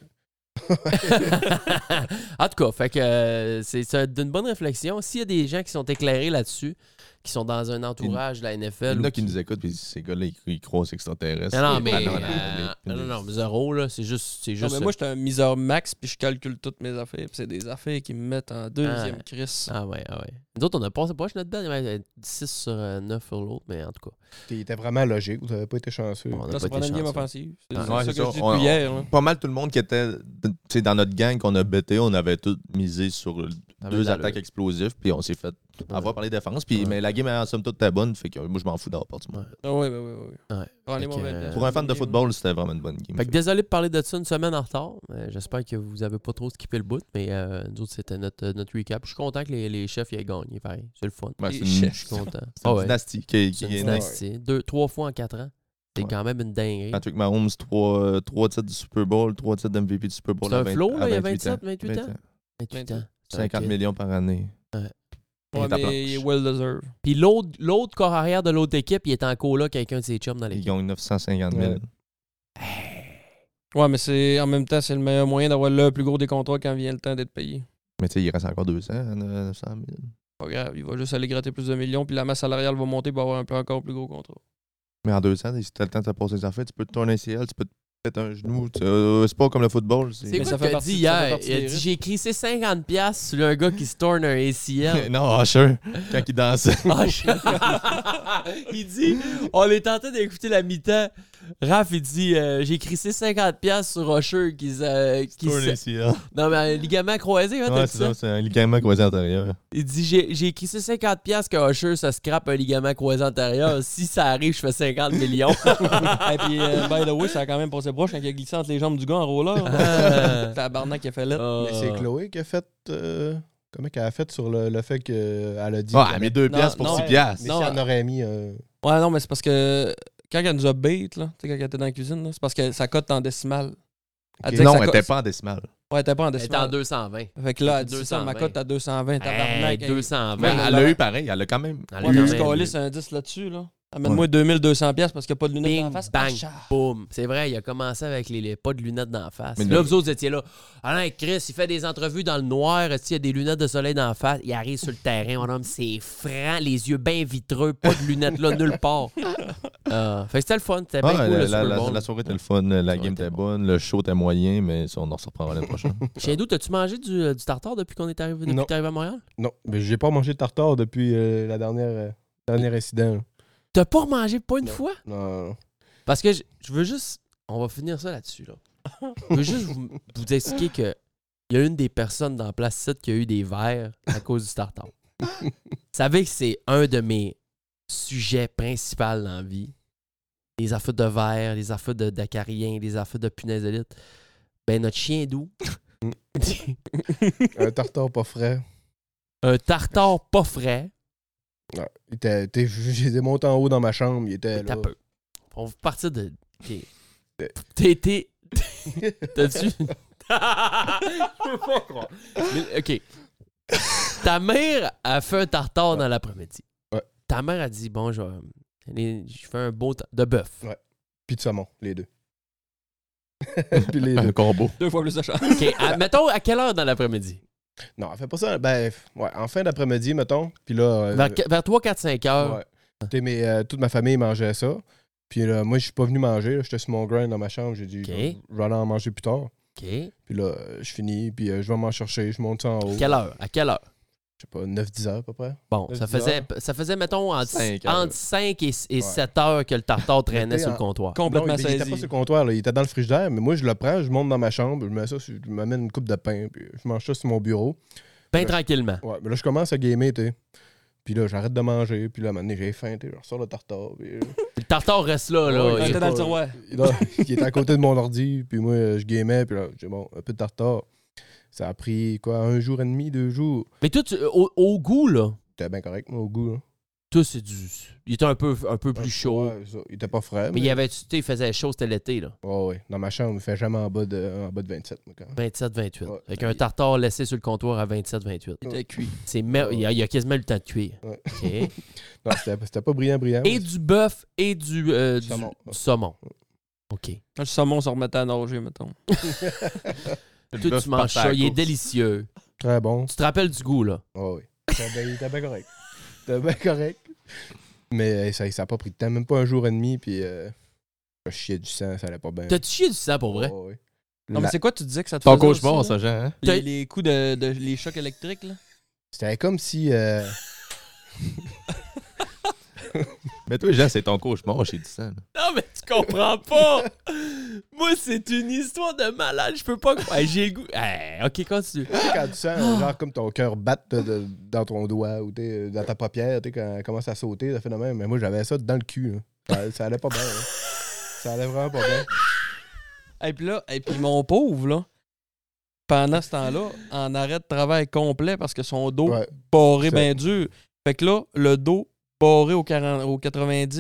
En tout cas, fait que euh, c'est c'est d'une bonne réflexion. S'il y a des gens qui sont éclairés là-dessus, qui sont dans un entourage de la N F L. Il y en ou a qui nous écoutent, puis ces gars-là, ils, ils croient aux extraterrestres. Non, non, mais. Ah, non, euh, les- non, non, non, zéro, là. C'est juste. C'est Non, juste mais moi, j'étais un miseur max, puis je calcule toutes mes affaires. Puis c'est des affaires qui me mettent en deuxième Ah. crise. Ah ouais, ah ouais. Nous autres, on a passé proche là-dedans. Il y avait six sur neuf sur l'autre, mais en tout cas. Il était vraiment logique. Vous n'avez pas été chanceux. On a Là, pas ça été prend une game chanceux. offensive. C'est Ah, c'est ouais, ça c'est que ça. je dis On- depuis hier. là. Pas mal tout le monde qui était tu sais, dans notre gang qu'on a bêté, on avait tout misé sur avait deux de l'allure. attaques explosives, puis on s'est fait avoir par les défenses. Puis, Ouais. Mais la game, en somme toute, était bonne, fait que moi, je m'en fous d'avoir perdu. moi. Ouais. Ah ouais, ouais, ouais, ouais. Ouais. Prends les Fait que, mauvais euh, places. Pour un fan de Game. football, c'était vraiment une bonne game. Fait que désolé de parler de ça une semaine en retard. Euh, J'espère que vous avez pas trop skippé le bout, mais euh, nous autres, c'était notre, notre recap. Je suis content que les, les chefs y aient gagné, pareil. C'est le fun. Ben, Les c'est une, chefs. Je suis content. c'est Ah une ouais. dynastie qui, qui C'est une est née. dynastie. Deux, trois fois en quatre ans. C'est Ouais. quand même une dinguerie. Patrick Mahomes, trois, euh, trois titres du Super Bowl, trois titres d'M V P du Super Bowl. C'est à un vingt- flow, à là, il y a vingt-huit vingt-sept, ans. vingt-huit ans. vingt ans. vingt-huit ans. cinquante Ok. millions par année. Il Ouais, est à mais planche. il est well deserved. Puis l'autre, l'autre corps arrière de l'autre équipe, il est en coloc avec un de ses chums dans Il l'équipe. gagne neuf cent cinquante mille. Ouais, mais c'est en même temps, c'est le meilleur moyen d'avoir le plus gros des contrats quand vient le temps d'être payé. Mais tu sais, il reste encore deux cents, neuf cent mille. Pas grave, il va juste aller gratter plus de millions, puis la masse salariale va monter pour avoir un peu encore plus gros contrat. Mais en deux cents, si t'as le temps de te passer les affaires, tu peux te tourner un C L, tu peux te péter un genou. tu- euh, c'est pas comme le football. C'est C'est... Mais quoi ça qu'il fait a partie- dit ça fait hier? partie Il a des dit risques. j'ai crissé cinquante piastres sur un gars qui se tourne un A C L. non, Usher, quand il dansait. Ah, je- il dit, on est en train d'écouter la mi-temps. Raph, il dit, euh, j'ai crissé cinquante piastres sur Rocher qui se... qui Tourne se- un C L. Non, mais un ligament croisé, hein, t'as Ouais, dit c'est ça? ça, c'est un ligament croisé antérieur. Il dit, j'ai, j'ai crissé cinquante piastres que Rocher, ça scrape un ligament croisé antérieur. Si ça arrive, je fais cinquante millions. Et puis, euh, by the way, ça a quand même passé proche quand il a glissé entre les jambes du gars en roller. Ah. Tabarnak qui a fait là. Ah. Mais c'est Chloé qui a fait. euh, Comment qu'elle a fait sur le, le fait qu'elle a dit. Ah, qu'elle elle avait- met deux Non, piastres pour non, six ouais. piastres. Mais Non, si elle- elle en aurait mis. euh, Ouais, non, mais c'est parce que quand elle nous a bait, là, tu sais, quand elle était dans la cuisine, là, c'est parce que sa cote en décimale. Elle disait que Non, sa elle cote- était pas en décimale. Ouais, elle était pas en Elle est en décimale. deux cent vingt. Fait que là, elle dit deux ça, cent ma vingt. cote à deux cent vingt, Hey, tabarnak. deux cent vingt. Mais Ouais, elle mais l'a là- eu pareil, elle l'a quand même. Elle Ouais, a mais quand je même calisse eu. un dix là-dessus, là. Amène-moi deux mille deux cents piastres parce qu'il n'y a pas de lunettes Bing, en face. bang, Ah, boum. C'est vrai, il a commencé avec les, les pas de lunettes d'en face. Mais là, le- vous autres étiez là. Alain, Chris, il fait des entrevues dans le noir. Il y a des lunettes de soleil d'en face. Il arrive sur le terrain, mon homme, c'est franc, les yeux bien vitreux, pas de lunettes là, nulle part. Euh, fait que c'était le fun. C'était bien Ah, cool, la, le la, Super la- Bowl. la soirée était le fun, la soirée game était était bon. bonne, le show était moyen, mais ça, on en reprendra l'année prochaine. Chiendou, t'as-tu mangé du, euh, du tartare depuis qu'on est arrivé, depuis Non. que t'es arrivé à Montréal? Non, mais j'ai pas mangé de tartare depuis euh, la dernière, euh, dernier incident. là. T'as pas remangé pas une Non. fois? Non, non, non. Parce que je, je veux juste... On va finir ça là-dessus, là. Je veux juste vous, vous expliquer que il y a une des personnes dans la place site qui a eu des verres à cause du tartare. Vous savez que c'est un de mes sujets principaux dans la vie. Les affaires de verre, les affaires de d'acariens, les affaires de punaises de lit. Ben, notre chien doux, Un tartare pas frais. un tartare pas frais, Ouais. Il était, était- je les ai montés en haut dans ma chambre. Il était là. t'as peu. On va partir de... ok. Euh. T'es... t'es- T'as-tu... Je peux pas croire. Mais, OK. Ta mère a fait un tartare dans l'après-midi. Ouais. Ta mère a dit, bon, je, vais aller- je fais un beau... ta- de bœuf. Ouais. Puis de saumon, les deux. Puis les Un deux. combo. Deux fois plus de chance. OK. à- mettons, à quelle heure dans l'après-midi? Non, elle fait pas ça. Ben, ouais, en fin d'après-midi, mettons. Puis là. euh, Vers, vers trois, quatre, cinq heures. ouais. Tu sais, mais, euh, toute ma famille mangeait ça. Puis là, moi, je suis pas venu manger. là. J'étais sur mon grind dans ma chambre. J'ai dit, Ok. je vais- je vais aller en manger plus tard. OK. Puis là, euh, je finis. Puis euh, je vais m'en chercher. Je monte ça en haut. Quelle heure? À quelle heure? Je sais pas, neuf dix heures à peu près. Bon, neuf, ça dix faisait, heures. ça faisait, mettons, entre, Cinq heures. entre cinq et, et Ouais. sept heures que le tartare traînait Mais sur le en- comptoir. Complètement Non, il, il était pas saisi. sur le comptoir. Là. Il était dans le frigidaire. Mais moi, je le prends. Je monte dans ma chambre. Je mets ça. sur- Je m'amène une coupe de pain. Puis je mange ça sur mon bureau. Ben Ouais. tranquillement. Ouais, mais là, je commence à gamer, tu sais. Puis là, j'arrête de manger. Puis là, à un moment donné, j'ai faim, tu sais. Je ressors le tartare. Puis, euh, Le tartare reste là, là. Ouais, Il- C'était dans le tiroir. il, là, il était à côté de mon ordi. Puis moi, euh, je gamais. Puis là, j'ai bon, un peu de tartare. Ça a pris, quoi, un jour et demi, deux jours. Mais toi, tu- au, au goût, là, C'était bien correct, moi, au goût. Là. toi, c'est du... Il était un peu, un peu plus chaud. Ouais, ça. Il était pas frais. Mais il y avait, tu sais, il faisait chaud, c'était l'été, là. Ouais, ouais. Dans ma chambre, il fait jamais en bas de, en bas de vingt-sept, moi, quand même. vingt-sept vingt-huit. Ouais. Avec un tartare laissé sur le comptoir à vingt-sept vingt-huit. Il était cuit. C'est mer- il, y a, il y a quasiment eu le temps de cuire. Ouais. OK. Non, c'était c'était pas brillant, brillant. Et du bœuf et du, euh, du, Saumon. du saumon. OK. Le saumon se remettait à nager, mettons. Toi, tu manges ça. Il est délicieux. Très bon. Tu te rappelles du goût, là? Ouais, oui. C'était bien- il était bien correct. C'était bien correct. Mais euh, ça n'a pas pris de temps, même pas un jour et demi, puis euh, je chiais du sang, ça allait pas bien. T'as-tu chié du sang pour vrai? Ouais, ouais. Non, mais La- c'est quoi tu disais que ça te Ton faisait cauchemar, aussi, ça, là? Jean, hein? Les, les coups de, de- les chocs électriques, là? C'était comme si... euh, Mais toi, Jean, c'est ton cauchemar chez du sang. là. Non, mais tu comprends pas! Moi, c'est une histoire de malade. Je peux pas... Hey, j'ai le goût... Hey, OK, continue. tu sais, quand tu sens, genre, comme ton cœur batte de- de- dans ton doigt ou t'sais, dans ta paupière, tu sais, quand elle commence à sauter, ça fait de même. Mais moi, j'avais ça dans le cul. là. Ça, ça allait pas bien. là. Ça allait vraiment pas bien. Et puis là, et puis mon pauvre, là, pendant ce temps-là, en arrêt de travail complet parce que son dos Ouais. barré Ça- bien dur. Fait que là, le dos barré au, quarante, au quatre-vingt-dix,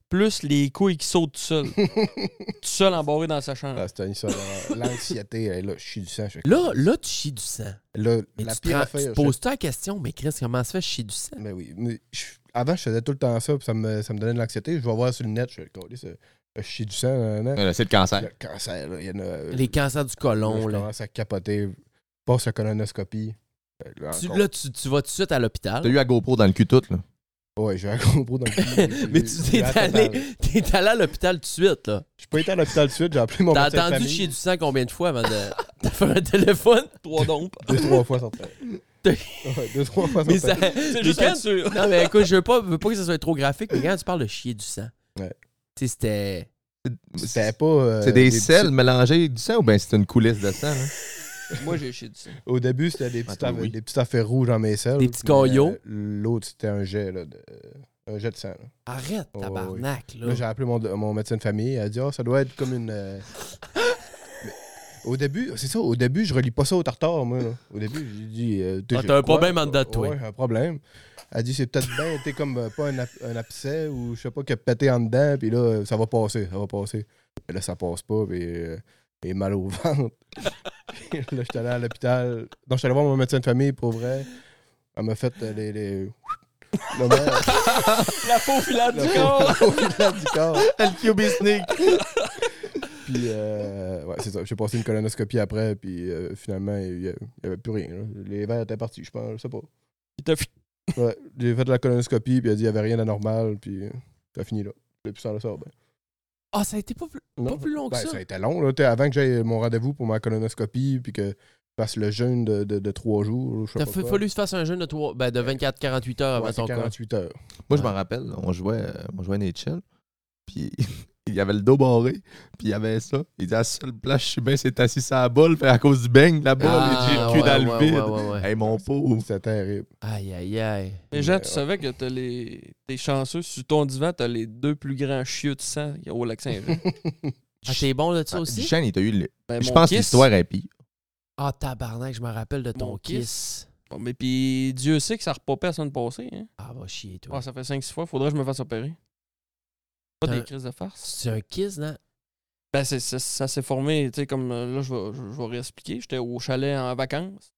plus les couilles qui sautent tout seul. tout seul embarré dans sa chambre. Ah, c'était une histoire. euh, L'anxiété, elle, là, je chie du sang. je fais Là, comme- là, tu chies du sang. là, Mais la tu te, pire rends- affaire. tu te je- poses-tu la question, mais Chris, comment ça fait chier du sang? Ben oui. mais je- Avant, je faisais tout le temps ça, puis ça me, ça me donnait de l'anxiété. Je vais voir sur le net, je fais, Calé, ça- je chie du sang. nan, nan. Euh, C'est le cancer. Le cancer, là, il y en a. Les cancers du là, côlon, je là. commence à capoter. Je passe la colonoscopie. Euh, Là, Tu, encore. là, tu, tu vas tout de suite à l'hôpital. T'as eu la GoPro dans le cul tout, là. Ouais, j'ai un gros bro dans le cul. Mais tu J'ai- t'es j'ai la allé, totale. t'es allé à l'hôpital tout de suite, là. Je suis pas été à l'hôpital tout de suite, j'ai appelé mon T'as médecin de entendu famille. chier du sang combien de fois avant de, de faire un téléphone? Trois dompes. Deux, trois fois sans tête. T'as- Ouais, deux, trois fois sans Mais ça. tête. C'est mais juste quand- être sûr. Non, mais écoute, je veux pas, veux pas que ça soit trop graphique, mais quand tu parles de chier du sang, Ouais. tu sais, c'était. C'était pas. euh, C'est des petits- sels mélangés avec du sang ou bien c'est une coulisse de sang, là? Moi, j'ai chié du sang. Au début, c'était des, petites toi, affaires- oui. des petites affaires rouges en mes selles. Des petits mais, caillots. euh, L'autre, c'était un jet, là, de, un jet de sang. Là, Arrête, Oh, tabarnak, là. Là, j'ai appelé mon, mon médecin de famille. Elle a dit, ah, ça doit être comme une. euh, mais au début, c'est ça, au début, je relis pas ça au tartare, moi. Là. Au début, j'ai dit. euh, Ah, j'ai t'as un quoi? problème en dedans de toi. Ouais, un problème. Elle dit, c'est peut-être bien, t'es comme euh, pas un, ap- un abcès ou je sais pas, qui a pété en dedans, puis là, euh, ça va passer, ça va passer. Mais là, ça passe pas, puis euh, et mal au ventre. Puis là, j'étais allé à l'hôpital. Non, j'étais allé voir mon médecin de famille, pour vrai. Elle m'a fait euh, les. les... Le mec, La peau filante le du corps. fond du corps. Le Q B Sneak! Puis, euh, ouais, c'est ça. J'ai passé une colonoscopie après, puis euh, finalement, il n'y avait plus rien. Là. Les verres étaient partis, je pense, je sais pas. Il t'a fait- Ouais, j'ai fait la colonoscopie, puis elle a dit qu'il n'y avait rien d'anormal, puis euh, ça a fini là. Depuis ça, là, ça va bien. Ah, ça a été pas plus, pas plus long que Ben, ça. ça a été long, là. T'sais, avant que j'aille mon rendez-vous pour ma colonoscopie, puis que je fasse le jeûne de, de, de trois jours. Je sais T'as pas fa- quoi. fallu que tu fasses un jeûne de, trois- ben, de vingt-quatre à quarante-huit heures avant Ouais, c'est ton cas. quarante-huit heures. Moi, je m'en rappelle, là, on jouait, euh, on jouait à N H L, puis il y avait le dos barré, puis il y avait ça. Il dit, à la seule place, je suis bien, c'est assis sur la balle, fait à cause du bang, la balle, Ah, et j'ai le cul ouais, dans le ouais, vide. ouais, ouais, ouais. Hey, mon pauvre. C'était terrible. Aïe, aïe, aïe. Mais Jean, Ouais, tu ouais. savais que t'as les. T'es chanceux. Sur ton divan, t'as les deux plus grands chiots de sang au lac Saint-Jean. Ah, t'es bon de ça Ah, aussi? Duchesne, il t'a eu le... Ben, Je mon pense que kiss- l'histoire est pire. Ah, tabarnak, je me rappelle de ton Mon kiss. kiss. Bon, mais puis Dieu sait que ça repopait la semaine passée. Hein? Ah, va chier, toi. Ah, ça fait cinq six fois. Faudrait que je me fasse opérer. Pas T'as- des crises de farce. C'est un kiss, non? Ben, c'est, c'est- ça s'est formé, tu sais, comme euh, là, je vais, je, je vais réexpliquer. J'étais au chalet en vacances.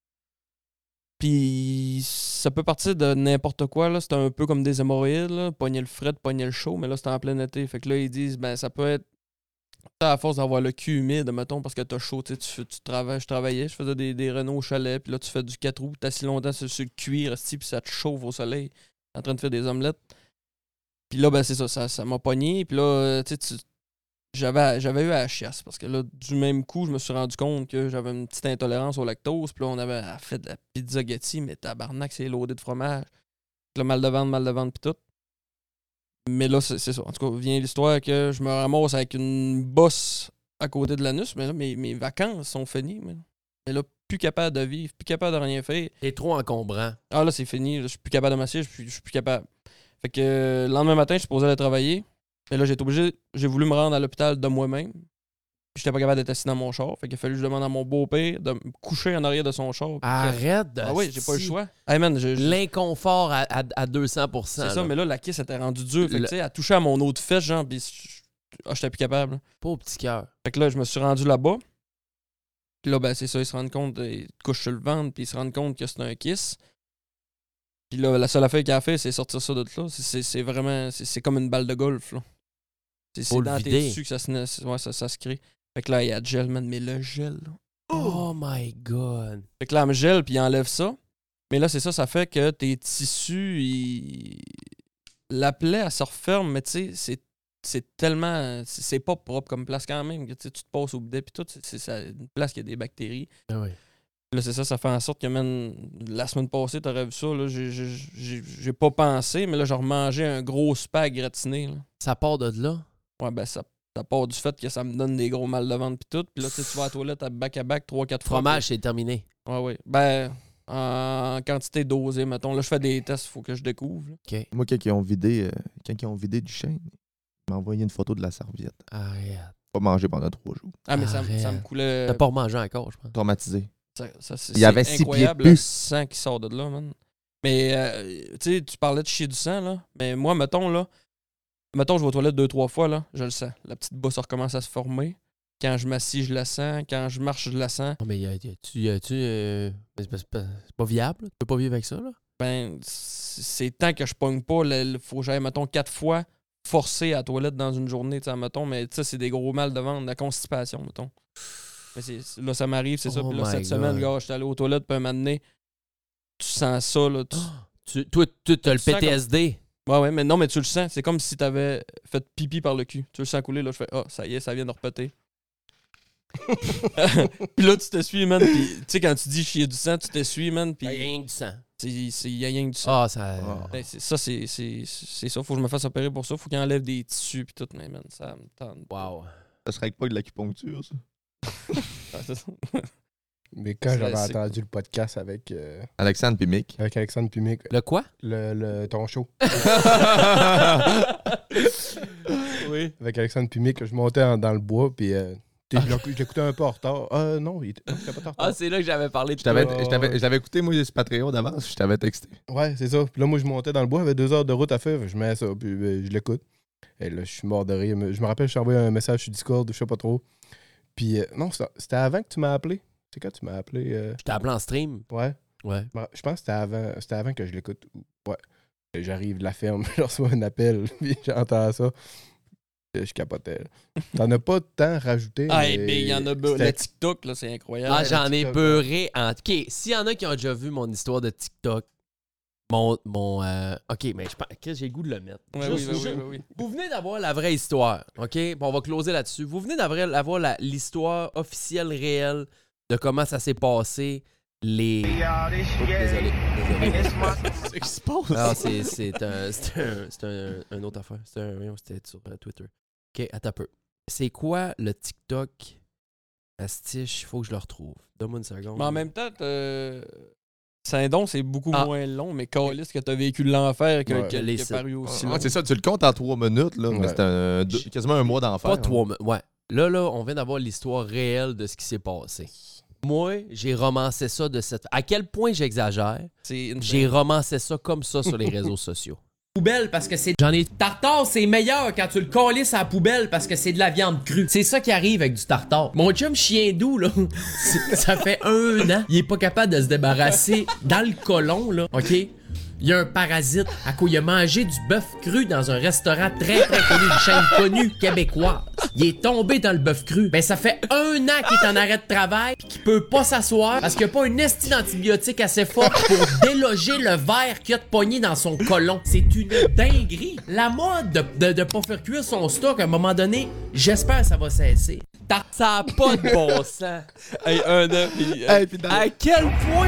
Puis ça peut partir de n'importe quoi, là. C'était un peu comme des hémorroïdes, là. Pogner le fret, pogner le chaud, mais là, c'était en plein été. Fait que là, ils disent, ben, ça peut être à force d'avoir le cul humide, mettons, parce que t'as chaud, tu sais, tu, fais- tu travailles, je travaillais, je faisais des, des Renault au chalet, puis là, tu fais du quatre roues, t'es assis longtemps sur, sur le cuir, esti, puis ça te chauffe au soleil, t'es en train de faire des omelettes. Puis là, ben, c'est ça, ça, ça m'a pogné, puis là, euh, tu sais, tu- j'avais, j'avais eu à la chiasse, parce que là, du même coup, je me suis rendu compte que j'avais une petite intolérance au lactose, puis là, on avait fait de la pizza Getty, mais tabarnak, c'est loadé de fromage. Le mal de ventre, mal de ventre, puis tout. Mais là, c'est, c'est ça. En tout cas, vient l'histoire que je me ramasse avec une bosse à côté de l'anus, mais là, mes, mes vacances sont finies. Mais, mais là, plus capable de vivre, plus capable de rien faire. T'es trop encombrant. Ah là, c'est fini. Là, je suis plus capable de m'asseoir, je suis, je suis plus capable. Fait que euh, le lendemain matin, je suis supposé aller travailler. Mais là, j'ai été obligé, j'ai voulu me rendre à l'hôpital de moi-même. Puis j'étais pas capable d'être assis dans mon char. Fait qu'il a fallu que je demande à mon beau-père de me coucher en arrière de son char. Puis que- Arrête de. Ah oui, j'ai pas le si- choix. Hey man, je, je- L'inconfort à, à, à deux cents pour cent. c'est ça, là. mais là, la kiss était rendue dure. Fait que Le- tu sais, elle touchait à mon autre fesse, genre, pis je- ah, j'étais plus capable. là. Pas au petit cœur. Fait que là, je me suis rendu là-bas. Puis là, ben, c'est ça, ils se rendent compte, ils te couchent sur le ventre, puis ils se rendent compte que c'est un kiss. Puis là, la seule affaire qu'il a fait, c'est sortir ça de là. C'est, c'est, c'est vraiment, c'est, c'est comme une balle de golf, là. C'est, c'est Faut le dans tes vider. tissus que ça se, na- ouais, ça, ça se crée. Fait que là, il y a gel, man, mais le gel, là. Oh my god. Fait que là, elle me gèle, puis il enlève ça. Mais là, c'est ça, ça fait que tes tissus, ils... la plaie, elle se referme, mais tu sais, c'est, c'est tellement... C'est, c'est pas propre comme place quand même. Que, tu sais, tu te passes au bidet, puis tout, c'est, c'est ça, une place qui a des bactéries. Ah oui. Là, c'est ça, ça fait en sorte que, man, la semaine passée, t'aurais vu ça, là, j'ai, j'ai, j'ai, j'ai pas pensé, mais là, j'ai remangé un gros spag gratiné, là. Ça part de là. Ouais, ben, ça, ça part du fait que ça me donne des gros mal de ventre, puis tout. Puis là, tu sais, tu vas à la toilette à back-à-back trois quatre fois. Fromage, c'est terminé. Ouais, ouais. Ben, en quantité dosée, mettons. Là, je fais des tests, il faut que je découvre. là. OK. Moi, quand ils ont vidé, euh, quand ils ont vidé Duchesne, ils m'ont envoyé une photo de la serviette. Arrête. Pas mangé pendant trois jours. Ah, mais ça, me- ça me Arrête. coulait. T'as pas remangé encore, je pense. Traumatisé. Ça, ça, c'est, Il y avait c'est six incroyable pieds de le plus. sang qui sort de là, man. Mais, euh, tu sais, tu parlais de chier du sang, là. Mais moi, mettons, là, Mettons, je vais aux toilettes deux, trois fois, là, je le sens. La petite bosse recommence à se former. Quand je m'assis, je la sens. Quand je marche, je la sens. Non, mais y a- y a-tu. y a-tu, euh, c'est pas, c'est pas- c'est pas viable, là? Tu peux pas vivre avec ça, là? Ben, c'est tant que je pogne pas. Il faut que j'aille, mettons, quatre fois forcer à la toilette dans une journée, tu sais, mettons. Mais tu sais, c'est des gros mal de ventre, la constipation, mettons. Mais c'est, c'est- là, ça m'arrive, c'est ça. Oh Puis là, my cette semaine, God. gars, j'étais allé aux toilettes, puis un moment donné, tu sens ça, là. Tu... Tu, toi, tu as le Tu sens P T S D. Ouais, ouais, mais non, mais tu le sens. C'est comme si t'avais fait pipi par le cul. Tu le sens couler, là. Je fais, ah, ça y est, ça vient de repéter. Puis là, tu t'essuies, man. Puis, tu sais, quand tu dis chier du sang, tu t'essuies, man. Puis, Il y a rien que du sang. c'est- c'est- il y a rien que du sang. Ah, ça. Ben, c'est- ça, c'est, c'est, c'est ça. Faut que je me fasse opérer pour ça. Faut qu'il enlève des tissus, puis tout. Mais, man, ça me tente. Wow. Ça serait pas de l'acupuncture, ça. Ah, c'est ça. Mais quand C'est- j'avais c'est- entendu le podcast avec, euh, Alexandre puis Mick. avec Alexandre Pumic, Le quoi? le, le, ton show, Oui. avec Alexandre Pumic, je montais en- dans le bois, puis euh, t'es- je l'éc- je l'écoutais un peu en retard. Ah non, il était non, c'était pas en retard. Ah, c'est là que j'avais parlé de Je t'avais, Ah, je t'avais, ouais. je l'avais écouté, moi, sur Patreon d'avance, je t'avais texté. Ouais, c'est ça. Puis là, moi, je montais dans le bois, j'avais deux heures de route à faire, je mets ça, puis euh, je l'écoute. Et là, je suis mort de rire. Je me rappelle, je t'ai envoyé un message sur Discord, je sais pas trop. Puis euh, non, c'était c'était avant que tu m'as appelé. C'est quand tu m'as appelé? euh, Je t'ai appelé en stream. Ouais. Ouais. Je me- Je pense que c'était avant, c'était avant que je l'écoute. Ouais. Et j'arrive de la ferme, je reçois un appel, puis j'entends ça. Et je capotais. là. T'en as pas de temps rajouté. Ah, mais mais il y en a. be- c'était- Le TikTok, là, c'est incroyable. Ah, le j'en ai TikTok, beurré en. Ok, s'il y en a qui ont déjà vu mon histoire de TikTok, mon. mon euh, Ok, mais je pense que j'ai le goût de le mettre. Ouais, Juste- oui, oui, juste- oui, oui, oui. Vous venez d'avoir la vraie histoire, ok? Bon, on va closer là-dessus. Vous venez d'avoir d'avoir la- l'histoire officielle, réelle de comment ça s'est passé. Les. Oh, désolé, désolé. C'est qui se passe? Non, c'est c'est un, c'est un, c'est un, un autre affaire. C'était un, voyons, c'était sur euh, Twitter. Ok, attends un peu. C'est quoi le TikTok Astiche? Faut que je le retrouve. Donne-moi une seconde. Mais en même temps, t'as- Saint-Don, c'est beaucoup Ah. moins long, mais Calis, que t'as vécu l'enfer, que, Ouais. que- Les qui est sites. paru aussi Ouais, long. c'est ça, tu le comptes en trois minutes, là, mais Ouais. c'est un, deux- quasiment un mois d'enfer. Pas hein. trois mois. Ouais. Là, là, on vient d'avoir l'histoire réelle de ce qui s'est passé. Moi, j'ai romancé ça de cette. À quel point j'exagère? C'est une- J'ai romancé ça comme ça sur les réseaux sociaux. Poubelle parce que c'est. J'en ai. Tartare, c'est meilleur quand tu le calisses à la poubelle parce que c'est de la viande crue. C'est ça qui arrive avec du tartare. Mon chum chien doux, là, c'est- ça fait un an, il est pas capable de se débarrasser dans le côlon, là, OK? Il y a un parasite à quoi il a mangé du bœuf cru dans un restaurant très très connu, une chaîne connue québécoise. Il est tombé dans le bœuf cru. Ben ça fait un an qu'il est en arrêt de travail pis qu'il peut pas s'asseoir parce qu'il a pas une esti d'antibiotique assez forte pour déloger le verre qu'il a de pogné dans son côlon. C'est une dinguerie. La mode de, de, de pas faire cuire son stock à un moment donné, j'espère que ça va cesser. Ta- Ça a pas de bon sens. Hey, un an, puis, euh, Hey, puis dans, À quel point...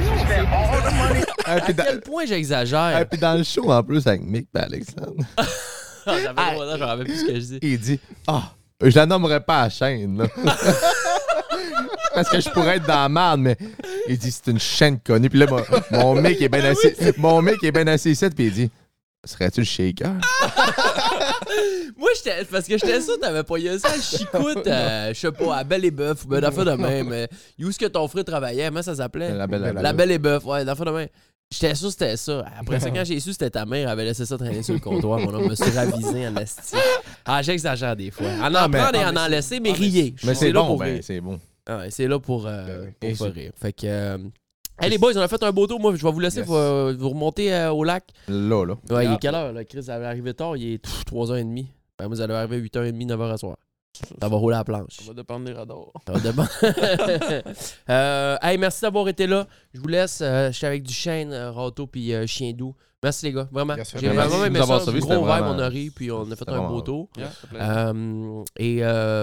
hey, À puis dans- quel point j'exagère. hey, puis dans le show, en plus, avec Mick et Alexandre, Ah, j'avais trois ans, je me rappelle plus ce que je dis. il dit « Ah, je la nommerais pas à la chaîne, là. » Parce que je pourrais être dans la merde, mais il dit « C'est une chaîne connue. » Puis là, mon, mon Mick est bien assis. Mon Mick est bien assis ici, puis il dit « Serais-tu le shaker? » Moi, j'étais. Parce que j'étais sûr que t'avais pas eu ça à Chicoute, euh, je sais pas, à Belle et Bœuf, ou ben d'affaire de même. Mais où est-ce que ton frère travaillait? Comment ça s'appelait? La belle, La Belle et Bœuf, ouais, d'affaire de même. J'étais sûr que c'était ça. Après ça, quand j'ai su que c'était ta mère, elle avait laissé ça traîner sur le comptoir. Mon homme me suis ravisé en asti. Ah, j'exagère des fois. En en mais- prendre et ah, en mais en c'est- laisser, mais ah, mais riez. Mais C'est c'est là bon, pour ben, rire. c'est bon. Ah ouais, c'est là pour, euh, Ben oui. pour Et faire c'est- rire. Fait que. euh, Hey les boys, on a fait un beau tour. Moi, je vais vous laisser Yes. vous, euh, vous remonter euh, au lac. Là, là. Ouais, il est Ah. quelle heure? Là? Chris, elle est arrivé tard, il est pff, trois heures trente. Ben, moi, vous allez arriver à huit heures trente, neuf heures à soir. Ça va rouler à la planche. ça va dépendre des radars. Ça va dépendre. euh, hey, merci d'avoir été là. Je vous laisse. Euh, je suis avec Duchesne, euh, Rato puis euh, Chien Doux. Merci les gars, vraiment. Yes, sir. J'ai Merci vraiment de aimé nous avoir ça. sauvés, Gros c'était vibe, vraiment- on a ri, puis on a fait c'était un beau vraiment- tour. Yeah, ça plaît. Euh, et euh,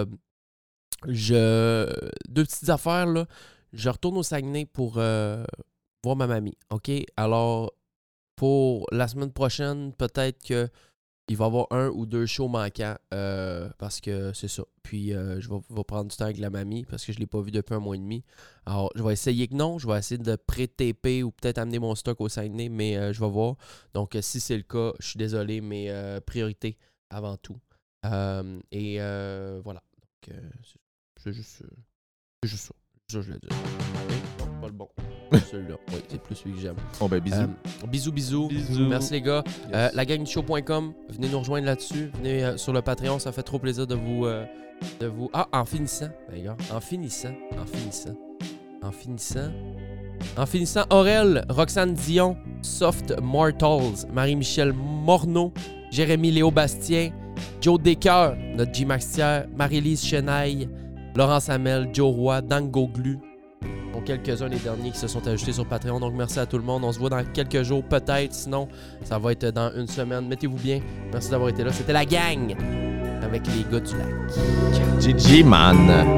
je deux petites affaires là. Je retourne au Saguenay pour euh, voir ma mamie. OK? Alors, pour la semaine prochaine, peut-être que il va y avoir un ou deux shows manquants euh, parce que c'est ça. Puis euh, je vais, vais prendre du temps avec la mamie parce que je ne l'ai pas vue depuis un mois et demi. Alors, je vais essayer que non. Je vais essayer de pré-T P ou peut-être amener mon stock au Saguenay, mais euh, je vais voir. Donc, euh, si c'est le cas, je suis désolé, mais euh, priorité avant tout. Euh, et euh, voilà. Donc, euh, c'est, c'est juste, euh, c'est juste ça. C'est ça que je voulais dire. Ok? Non, pas le bon. Celui-là. Oui, c'est plus celui que j'aime. Bon, ben, bisous. Euh, bisous, bisous. Bisous. Merci les gars. Euh, la gang du show point com, venez nous rejoindre là-dessus. Venez euh, sur le Patreon, ça fait trop plaisir de vous. Euh, de vous... Ah, en finissant, ben, gars, en finissant, en finissant, en finissant. En finissant, Aurel, Roxane Dion, Soft Mortals, Marie-Michel Morneau, Jérémy Léo Bastien, Joe Descoeurs, notre G-Max Thiers, Marie-Lise Chenaille, Laurence Hamel, Joe Roy, Dango Glu. Donc quelques-uns des derniers qui se sont ajoutés sur Patreon. Donc merci à tout le monde. On se voit dans quelques jours peut-être. Sinon, ça va être dans une semaine. Mettez-vous bien. Merci d'avoir été là. C'était la gang avec les gars du lac. G G, man.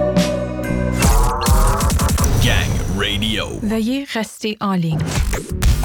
Gang Radio. Veuillez rester en ligne.